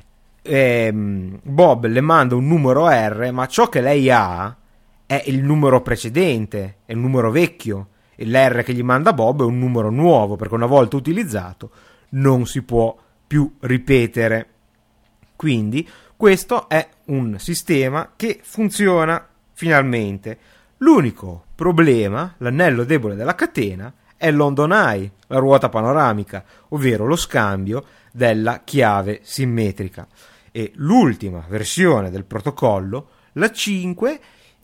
Bob le manda un numero R, ma ciò che lei ha è il numero precedente, è il numero vecchio, e l'R che gli manda Bob è un numero nuovo, perché una volta utilizzato non si può più ripetere. Quindi questo è un sistema che funziona finalmente. L'unico problema, l'anello debole della catena, è il London Eye, la ruota panoramica, ovvero lo scambio della chiave simmetrica. E l'ultima versione del protocollo, la 5,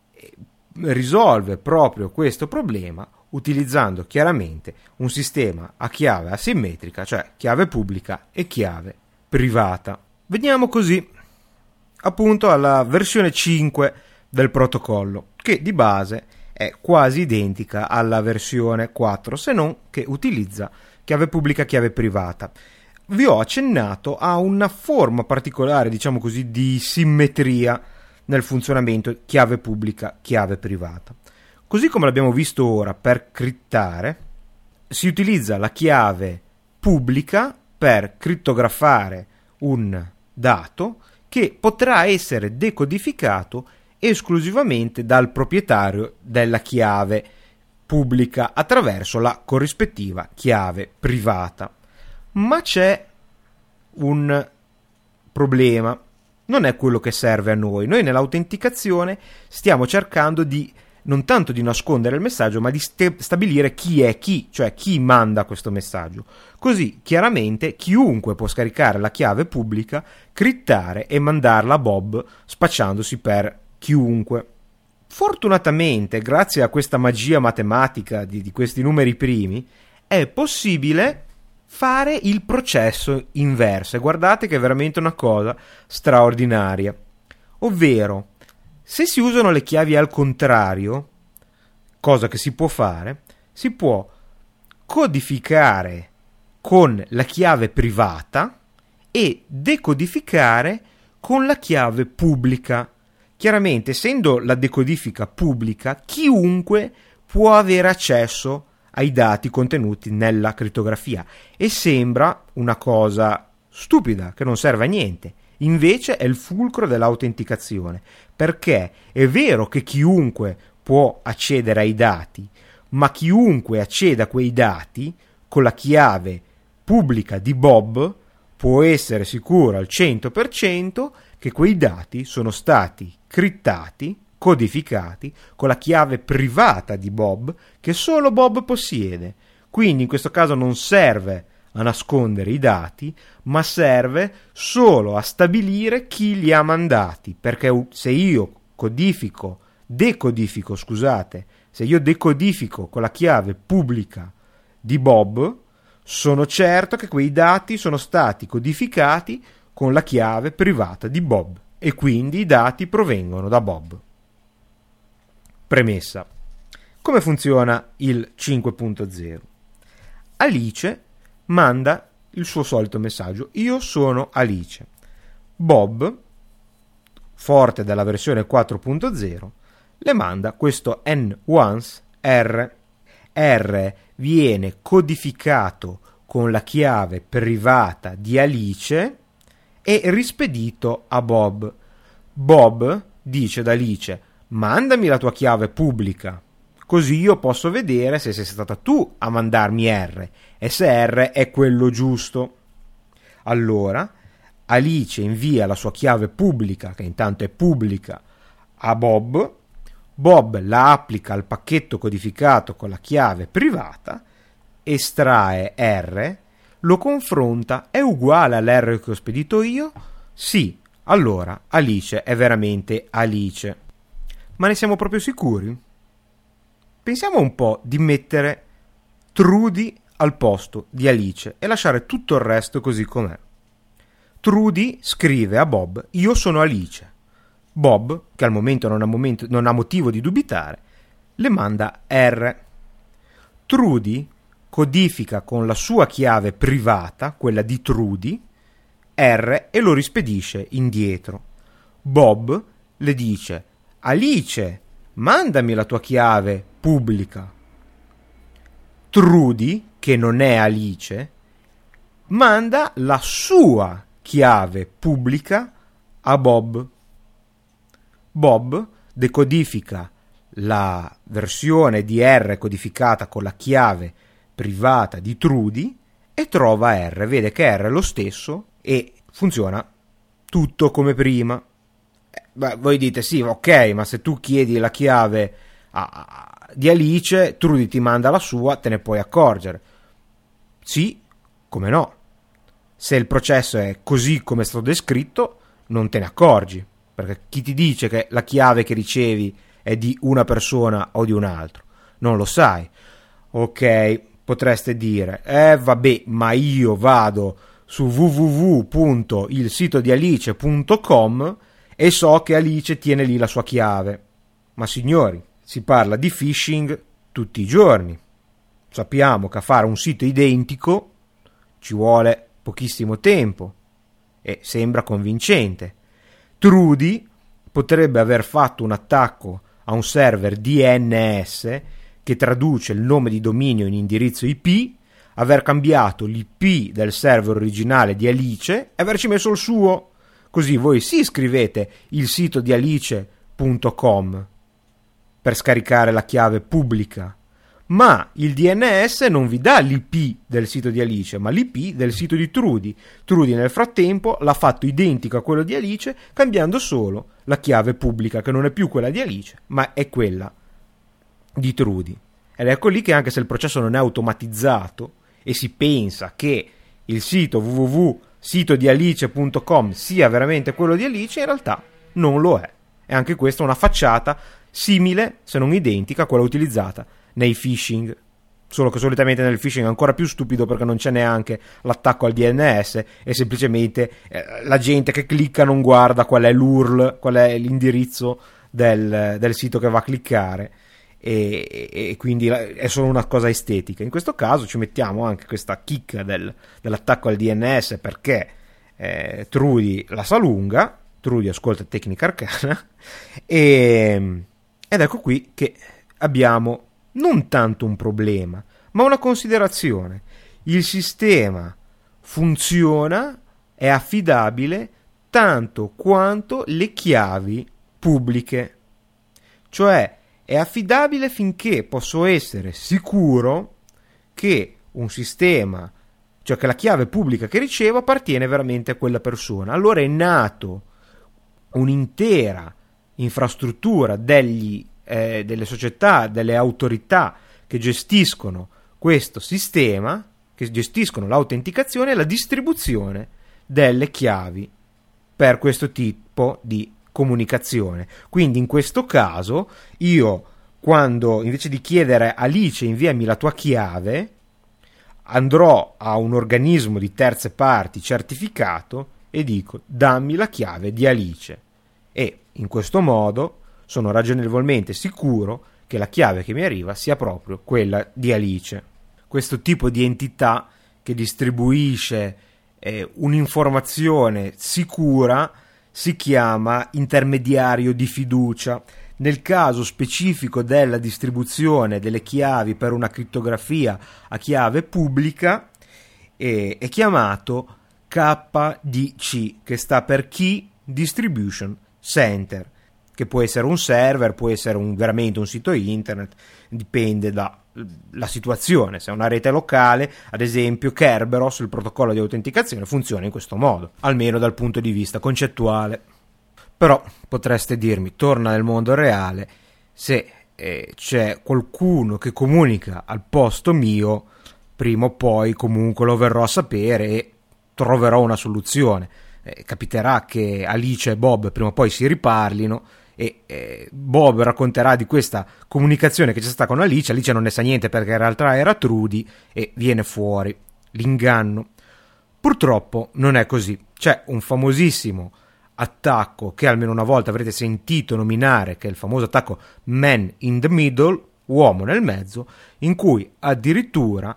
risolve proprio questo problema utilizzando chiaramente un sistema a chiave asimmetrica, cioè chiave pubblica e chiave privata. Veniamo così appunto alla versione 5 del protocollo, che di base è quasi identica alla versione 4, se non che utilizza chiave pubblica e chiave privata. Vi ho accennato a una forma particolare, diciamo così, di simmetria nel funzionamento chiave pubblica, chiave privata. Così come l'abbiamo visto ora per crittare, si utilizza la chiave pubblica per crittografare un dato che potrà essere decodificato esclusivamente dal proprietario della chiave pubblica attraverso la corrispettiva chiave privata. Ma c'è un problema, non è quello che serve a noi. Noi nell'autenticazione stiamo cercando di non tanto di nascondere il messaggio, ma di stabilire chi è chi, cioè chi manda questo messaggio. Così chiaramente chiunque può scaricare la chiave pubblica, crittare e mandarla a Bob spacciandosi per chiunque. Fortunatamente, grazie a questa magia matematica di questi numeri primi, è possibile fare il processo inverso. E guardate che è veramente una cosa straordinaria. Ovvero, se si usano le chiavi al contrario, cosa che si può fare, si può codificare con la chiave privata e decodificare con la chiave pubblica. Chiaramente, essendo la decodifica pubblica, chiunque può avere accesso ai dati contenuti nella crittografia, e sembra una cosa stupida che non serve a niente. Invece è il fulcro dell'autenticazione, perché è vero che chiunque può accedere ai dati, ma chiunque acceda a quei dati con la chiave pubblica di Bob può essere sicuro al 100% che quei dati sono stati crittati, codificati con la chiave privata di Bob che solo Bob possiede. Quindi in questo caso non serve a nascondere i dati, ma serve solo a stabilire chi li ha mandati, perché se io decodifico con la chiave pubblica di Bob, sono certo che quei dati sono stati codificati con la chiave privata di Bob e quindi i dati provengono da Bob. Premessa. Come funziona il 5.0? Alice manda il suo solito messaggio: io sono Alice. Bob, forte della versione 4.0, le manda questo n-once R. R viene codificato con la chiave privata di Alice e rispedito a Bob. Bob dice ad Alice: mandami la tua chiave pubblica, così io posso vedere se sei stata tu a mandarmi R e se R è quello giusto. Allora Alice invia la sua chiave pubblica, che intanto è pubblica, a Bob. Bob la applica al pacchetto codificato con la chiave privata, estrae R, lo confronta: è uguale all'R che ho spedito io? Sì, allora Alice è veramente Alice. Ma ne siamo proprio sicuri? Pensiamo un po' di mettere Trudy al posto di Alice e lasciare tutto il resto così com'è. Trudy scrive a Bob: io sono Alice. Bob, che al momento non ha motivo di dubitare, le manda R. Trudy codifica con la sua chiave privata, quella di Trudy, R e lo rispedisce indietro. Bob le dice: Alice, mandami la tua chiave pubblica. Trudy, che non è Alice, manda la sua chiave pubblica a Bob. Bob decodifica la versione di R codificata con la chiave privata di Trudy e trova R, vede che R è lo stesso e funziona tutto come prima. Voi dite sì, ok, ma se tu chiedi la chiave di Alice, Trudy ti manda la sua, te ne puoi accorgere. Sì, come no. Se il processo è così come è stato descritto, non te ne accorgi, perché chi ti dice che la chiave che ricevi è di una persona o di un altro? Non lo sai. Ok, potreste dire, vabbè, ma io vado su www.ilsitodialice.com e so che Alice tiene lì la sua chiave. Ma signori, si parla di phishing tutti i giorni. Sappiamo che a fare un sito identico ci vuole pochissimo tempo e sembra convincente. Trudy potrebbe aver fatto un attacco a un server DNS che traduce il nome di dominio in indirizzo IP, aver cambiato l'IP del server originale di Alice e averci messo il suo. Così voi sì scrivete il sito di alice.com per scaricare la chiave pubblica, ma il DNS non vi dà l'IP del sito di Alice, ma l'IP del sito di Trudy. Trudy nel frattempo l'ha fatto identico a quello di Alice, cambiando solo la chiave pubblica, che non è più quella di Alice, ma è quella di Trudy. Ed ecco lì che anche se il processo non è automatizzato e si pensa che il sito www.sitodialice.com sia veramente quello di Alice, in realtà non lo è. E anche questa è una facciata simile, se non identica, a quella utilizzata nei phishing, solo che solitamente nel phishing è ancora più stupido perché non c'è neanche l'attacco al DNS e semplicemente la gente che clicca non guarda qual è l'URL, qual è l'indirizzo del sito che va a cliccare e quindi è solo una cosa estetica. In questo caso ci mettiamo anche questa chicca dell'attacco al DNS perché Trudy la sa lunga. Trudy ascolta Tecnica Arcana ed ecco qui che abbiamo non tanto un problema, ma una considerazione. Il sistema funziona, è affidabile tanto quanto le chiavi pubbliche. Cioè, è affidabile finché posso essere sicuro che un sistema, cioè che la chiave pubblica che ricevo appartiene veramente a quella persona. Allora è nato un'intera infrastruttura delle società, delle autorità che gestiscono questo sistema, che gestiscono l'autenticazione e la distribuzione delle chiavi per questo tipo di comunicazione. Quindi in questo caso io, quando invece di chiedere Alice inviami la tua chiave, andrò a un organismo di terze parti certificato e dico dammi la chiave di Alice, e in questo modo sono ragionevolmente sicuro che la chiave che mi arriva sia proprio quella di Alice. Questo tipo di entità che distribuisce un'informazione sicura si chiama intermediario di fiducia. Nel caso specifico della distribuzione delle chiavi per una crittografia a chiave pubblica è chiamato KDC, che sta per Key Distribution Center, che può essere un server, può essere veramente un sito internet, dipende dalla situazione. Se è una rete locale, ad esempio Kerberos, il protocollo di autenticazione, funziona in questo modo, almeno dal punto di vista concettuale. Però potreste dirmi, torna nel mondo reale, se c'è qualcuno che comunica al posto mio, prima o poi comunque lo verrò a sapere e troverò una soluzione. Capiterà che Alice e Bob prima o poi si riparlino e Bob racconterà di questa comunicazione che c'è stata con Alice. Alice non ne sa niente perché in realtà era Trudy e viene fuori l'inganno. Purtroppo non è così. C'è un famosissimo attacco che almeno una volta avrete sentito nominare, che è il famoso attacco Man in the Middle, uomo nel mezzo, in cui addirittura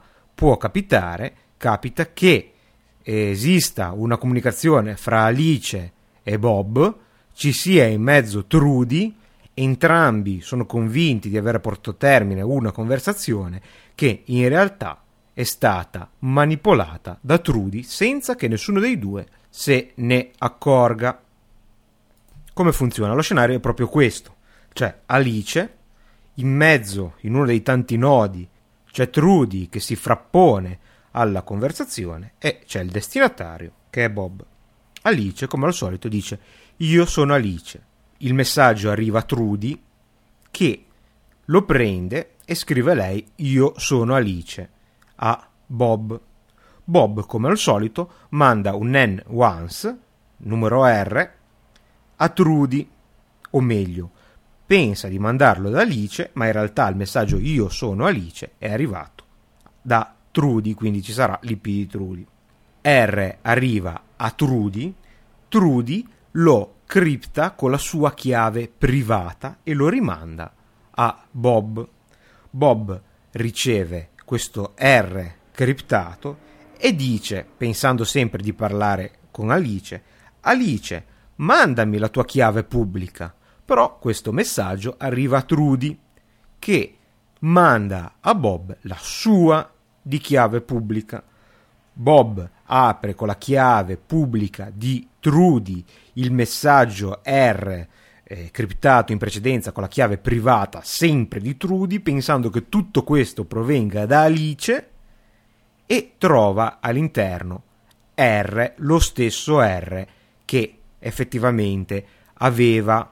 capita che esista una comunicazione fra Alice e Bob, ci sia in mezzo Trudy, entrambi sono convinti di aver portato a termine una conversazione che in realtà è stata manipolata da Trudy senza che nessuno dei due se ne accorga. Come funziona? Lo scenario è proprio questo, cioè Alice, in mezzo, in uno dei tanti nodi, c'è Trudy che si frappone alla conversazione e c'è il destinatario che è Bob. Alice, come al solito, dice: io sono Alice. Il messaggio arriva a Trudy che lo prende e scrive lei: io sono Alice, a Bob. Bob, come al solito, manda un N once, numero R, a Trudy, o meglio, pensa di mandarlo ad Alice, ma in realtà il messaggio io sono Alice è arrivato da Trudy, quindi ci sarà l'IP di Trudy. R arriva a Trudy, Trudy lo cripta con la sua chiave privata e lo rimanda a Bob. Bob riceve questo R criptato e dice, pensando sempre di parlare con Alice: Alice, mandami la tua chiave pubblica. Però questo messaggio arriva a Trudy, che manda a Bob la sua di chiave pubblica. Bob apre con la chiave pubblica di Trudy il messaggio R criptato in precedenza con la chiave privata sempre di Trudy, pensando che tutto questo provenga da Alice, e trova all'interno R, lo stesso R che effettivamente aveva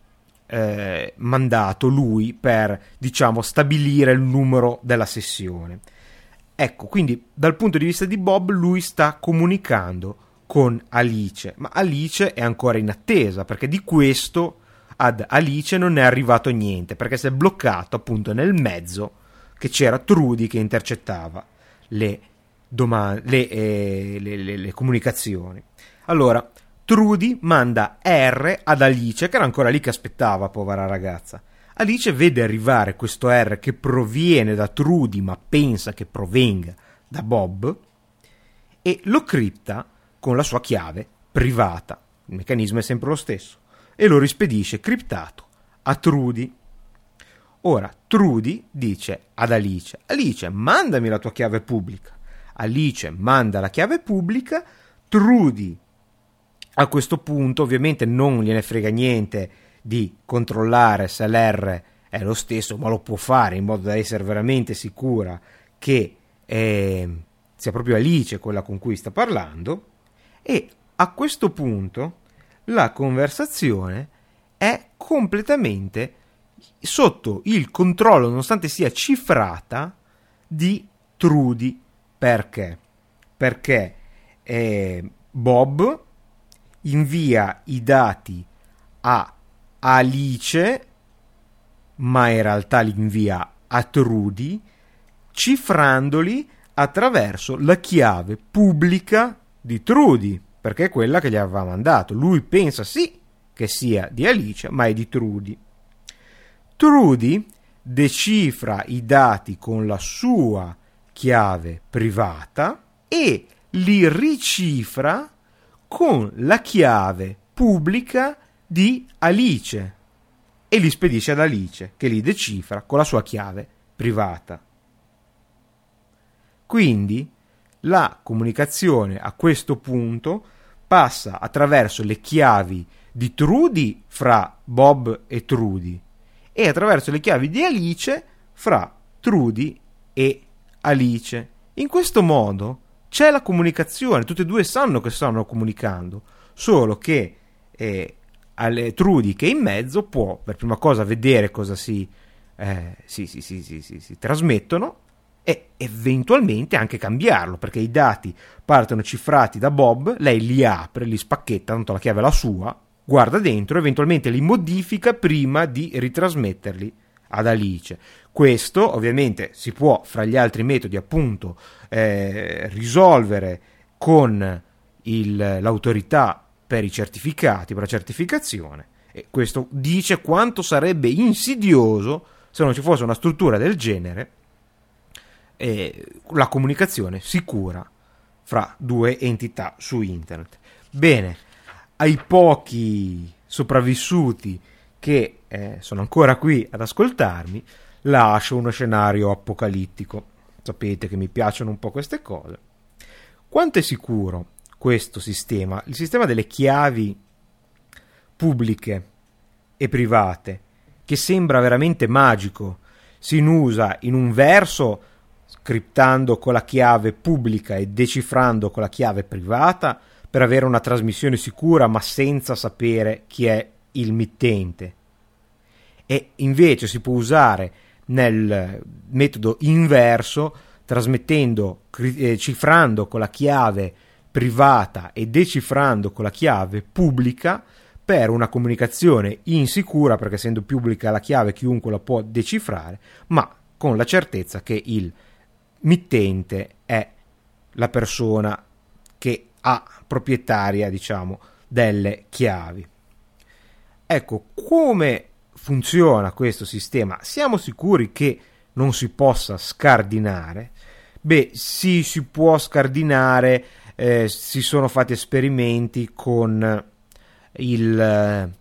mandato lui per, diciamo, stabilire il numero della sessione. Ecco, quindi dal punto di vista di Bob lui sta comunicando con Alice, ma Alice è ancora in attesa, perché di questo ad Alice non è arrivato niente, perché si è bloccato appunto nel mezzo che c'era Trudy che intercettava le comunicazioni. Allora Trudy manda R ad Alice, che era ancora lì che aspettava, povera ragazza. Alice vede arrivare questo R che proviene da Trudy ma pensa che provenga da Bob e lo cripta con la sua chiave privata. Il meccanismo è sempre lo stesso e lo rispedisce criptato a Trudy. Ora Trudy dice ad Alice: Alice, mandami la tua chiave pubblica. Alice manda la chiave pubblica. Trudy a questo punto ovviamente non gliene frega niente di controllare se l'R è lo stesso, ma lo può fare in modo da essere veramente sicura che sia proprio Alice quella con cui sta parlando, e a questo punto la conversazione è completamente sotto il controllo, nonostante sia cifrata, di Trudy. Perché? Perché Bob invia i dati a Alice, ma in realtà li invia a Trudy, cifrandoli attraverso la chiave pubblica di Trudy, perché è quella che gli aveva mandato. Lui pensa sì che sia di Alice, ma è di Trudy. Trudy decifra i dati con la sua chiave privata e li ricifra con la chiave pubblica di Alice e li spedisce ad Alice, che li decifra con la sua chiave privata. Quindi la comunicazione a questo punto passa attraverso le chiavi di Trudy fra Bob e Trudy e attraverso le chiavi di Alice fra Trudy e Alice. In questo modo c'è la comunicazione, tutte e due sanno che stanno comunicando, solo che Trudy, che è in mezzo, può per prima cosa vedere cosa si trasmettono e eventualmente anche cambiarlo, perché i dati partono cifrati da Bob, lei li apre, li spacchetta, tanto la chiave è la sua, guarda dentro, eventualmente li modifica prima di ritrasmetterli ad Alice. Questo ovviamente si può, fra gli altri metodi, appunto risolvere con l'autorità per i certificati, per la certificazione, e questo dice quanto sarebbe insidioso se non ci fosse una struttura del genere, la comunicazione sicura fra due entità su internet. Bene, ai pochi sopravvissuti che sono ancora qui ad ascoltarmi, lascio uno scenario apocalittico. sapete che mi piacciono un po' queste cose. Quanto è sicuro questo sistema, il sistema delle chiavi pubbliche e private, che sembra veramente magico? Si usa in un verso scriptando con la chiave pubblica e decifrando con la chiave privata per avere una trasmissione sicura ma senza sapere chi è il mittente, e invece si può usare nel metodo inverso, trasmettendo, cifrando con la chiave privata e decifrando con la chiave pubblica per una comunicazione insicura, perché essendo pubblica la chiave chiunque la può decifrare, ma con la certezza che il mittente è la persona che ha proprietaria, diciamo, delle chiavi. Ecco, come funziona questo sistema? Siamo sicuri che non si possa scardinare? Beh, sì, si può scardinare, si sono fatti esperimenti con il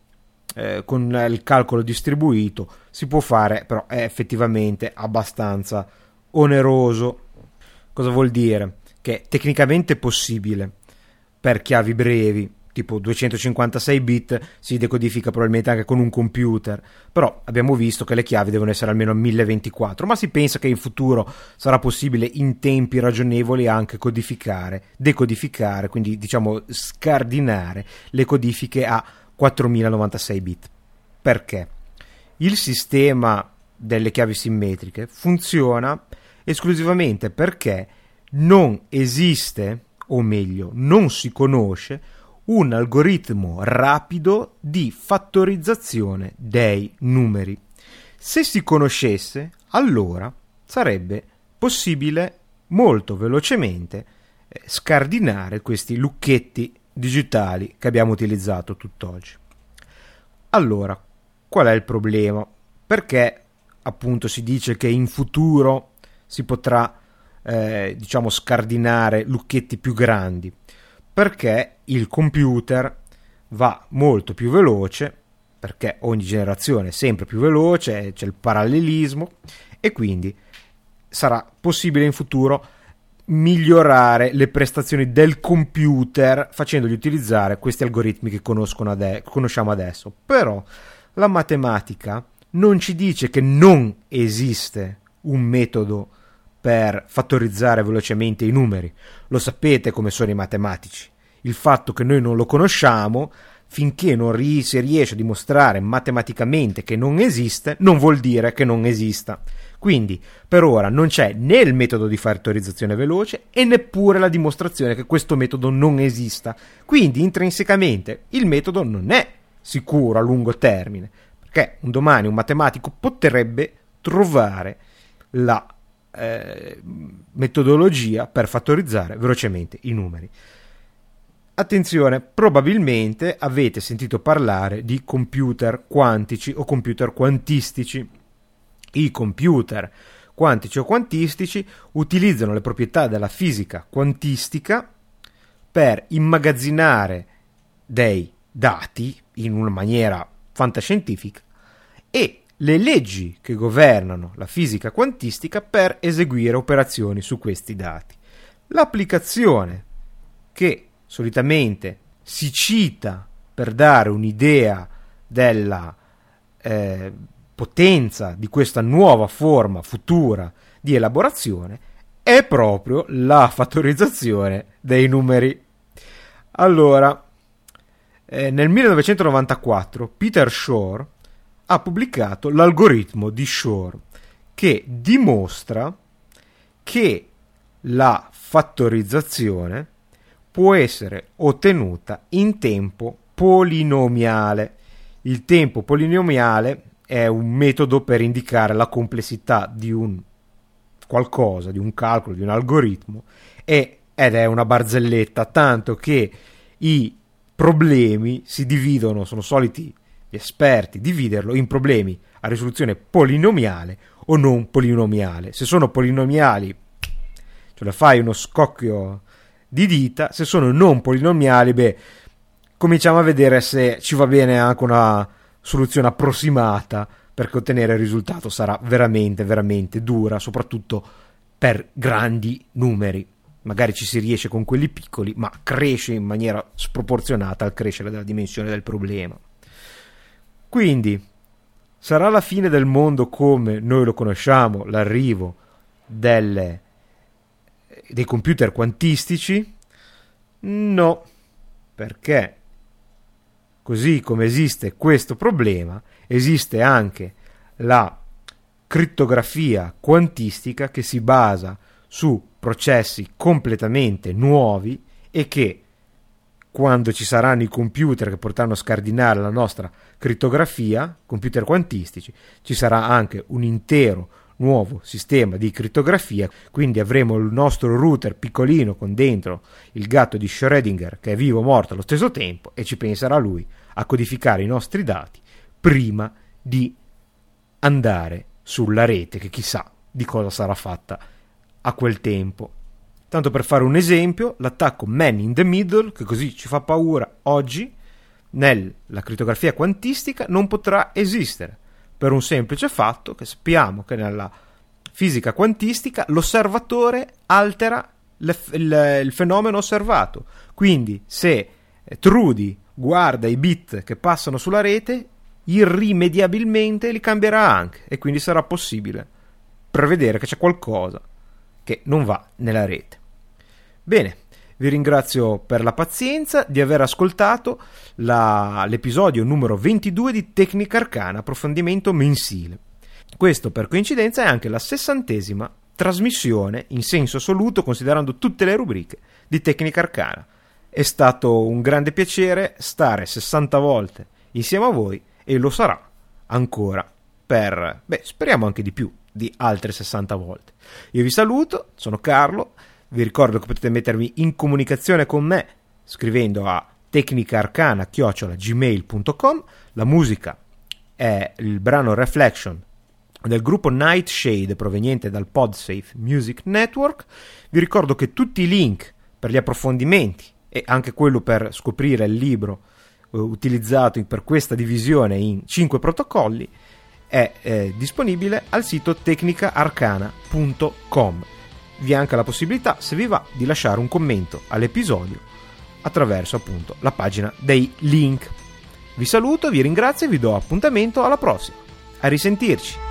calcolo distribuito, si può fare, però è effettivamente abbastanza oneroso. Cosa vuol dire? Che è tecnicamente possibile per chiavi brevi, tipo 256 bit, si decodifica probabilmente anche con un computer, però abbiamo visto che le chiavi devono essere almeno 1024, ma si pensa che in futuro sarà possibile in tempi ragionevoli anche decodificare, quindi diciamo scardinare le codifiche a 4096 bit. Perché? Il sistema delle chiavi simmetriche funziona esclusivamente perché non esiste, o meglio, non si conosce un algoritmo rapido di fattorizzazione dei numeri. Se si conoscesse, allora sarebbe possibile molto velocemente scardinare questi lucchetti digitali che abbiamo utilizzato tutt'oggi. Allora, qual è il problema? Perché appunto si dice che in futuro si potrà diciamo scardinare lucchetti più grandi? Perché il computer va molto più veloce, perché ogni generazione è sempre più veloce, c'è il parallelismo, e quindi sarà possibile in futuro migliorare le prestazioni del computer facendogli utilizzare questi algoritmi che conosciamo adesso. Però la matematica non ci dice che non esiste un metodo per fattorizzare velocemente i numeri. Lo sapete come sono i matematici. Il fatto che noi non lo conosciamo, finché non si riesce a dimostrare matematicamente che non esiste, non vuol dire che non esista. Quindi per ora non c'è né il metodo di fattorizzazione veloce e neppure la dimostrazione che questo metodo non esista. Quindi intrinsecamente il metodo non è sicuro a lungo termine, perché un domani un matematico potrebbe trovare la metodologia per fattorizzare velocemente i numeri. Attenzione, probabilmente avete sentito parlare di computer quantici o computer quantistici. I computer quantici o quantistici utilizzano le proprietà della fisica quantistica per immagazzinare dei dati in una maniera fantascientifica e le leggi che governano la fisica quantistica per eseguire operazioni su questi dati. L'applicazione che solitamente si cita per dare un'idea della potenza di questa nuova forma futura di elaborazione è proprio la fattorizzazione dei numeri. Allora, nel 1994 Peter Shor ha pubblicato l'algoritmo di Shor, che dimostra che la fattorizzazione può essere ottenuta in tempo polinomiale. Il tempo polinomiale è un metodo per indicare la complessità di un qualcosa, di un calcolo, di un algoritmo, ed è una barzelletta, tanto che i problemi si dividono, sono soliti gli esperti dividerlo in problemi a risoluzione polinomiale o non polinomiale. Se sono polinomiali, ce la fai uno scocchio di dita; se sono non polinomiali, cominciamo a vedere se ci va bene anche una soluzione approssimata, perché ottenere il risultato sarà veramente veramente dura, soprattutto per grandi numeri. Magari ci si riesce con quelli piccoli, ma cresce in maniera sproporzionata al crescere della dimensione del problema. Quindi sarà la fine del mondo come noi lo conosciamo, l'arrivo dei computer quantistici? No, perché così come esiste questo problema, esiste anche la crittografia quantistica, che si basa su processi completamente nuovi e che, quando ci saranno i computer che potranno scardinare la nostra crittografia, computer quantistici, ci sarà anche un intero nuovo sistema di crittografia, quindi avremo il nostro router piccolino con dentro il gatto di Schrödinger che è vivo o morto allo stesso tempo, e ci penserà lui a codificare i nostri dati prima di andare sulla rete, che chissà di cosa sarà fatta a quel tempo. Tanto per fare un esempio, l'attacco man in the middle, che così ci fa paura oggi, nella crittografia quantistica non potrà esistere, per un semplice fatto che sappiamo che nella fisica quantistica l'osservatore altera il fenomeno osservato. Quindi se Trudy guarda i bit che passano sulla rete, irrimediabilmente li cambierà anche, e quindi sarà possibile prevedere che c'è qualcosa che non va nella rete. Bene, vi ringrazio per la pazienza di aver ascoltato l'episodio numero 22 di Tecnica Arcana, approfondimento mensile. Questo, per coincidenza, è anche la 60ª trasmissione in senso assoluto, considerando tutte le rubriche di Tecnica Arcana. È stato un grande piacere stare 60 volte insieme a voi, e lo sarà ancora per, speriamo anche di più, di altre 60 volte. Io vi saluto, sono Carlo. Vi ricordo che potete mettervi in comunicazione con me scrivendo a tecnicaarcana@gmail.com. La musica è il brano Reflection del gruppo Nightshade, proveniente dal Podsafe Music Network. Vi ricordo che tutti i link per gli approfondimenti e anche quello per scoprire il libro utilizzato per questa divisione in 5 protocolli è disponibile al sito tecnicaarcana.com. Vi è anche la possibilità, se vi va, di lasciare un commento all'episodio attraverso appunto la pagina dei link. Vi saluto, vi ringrazio e vi do appuntamento alla prossima. A risentirci!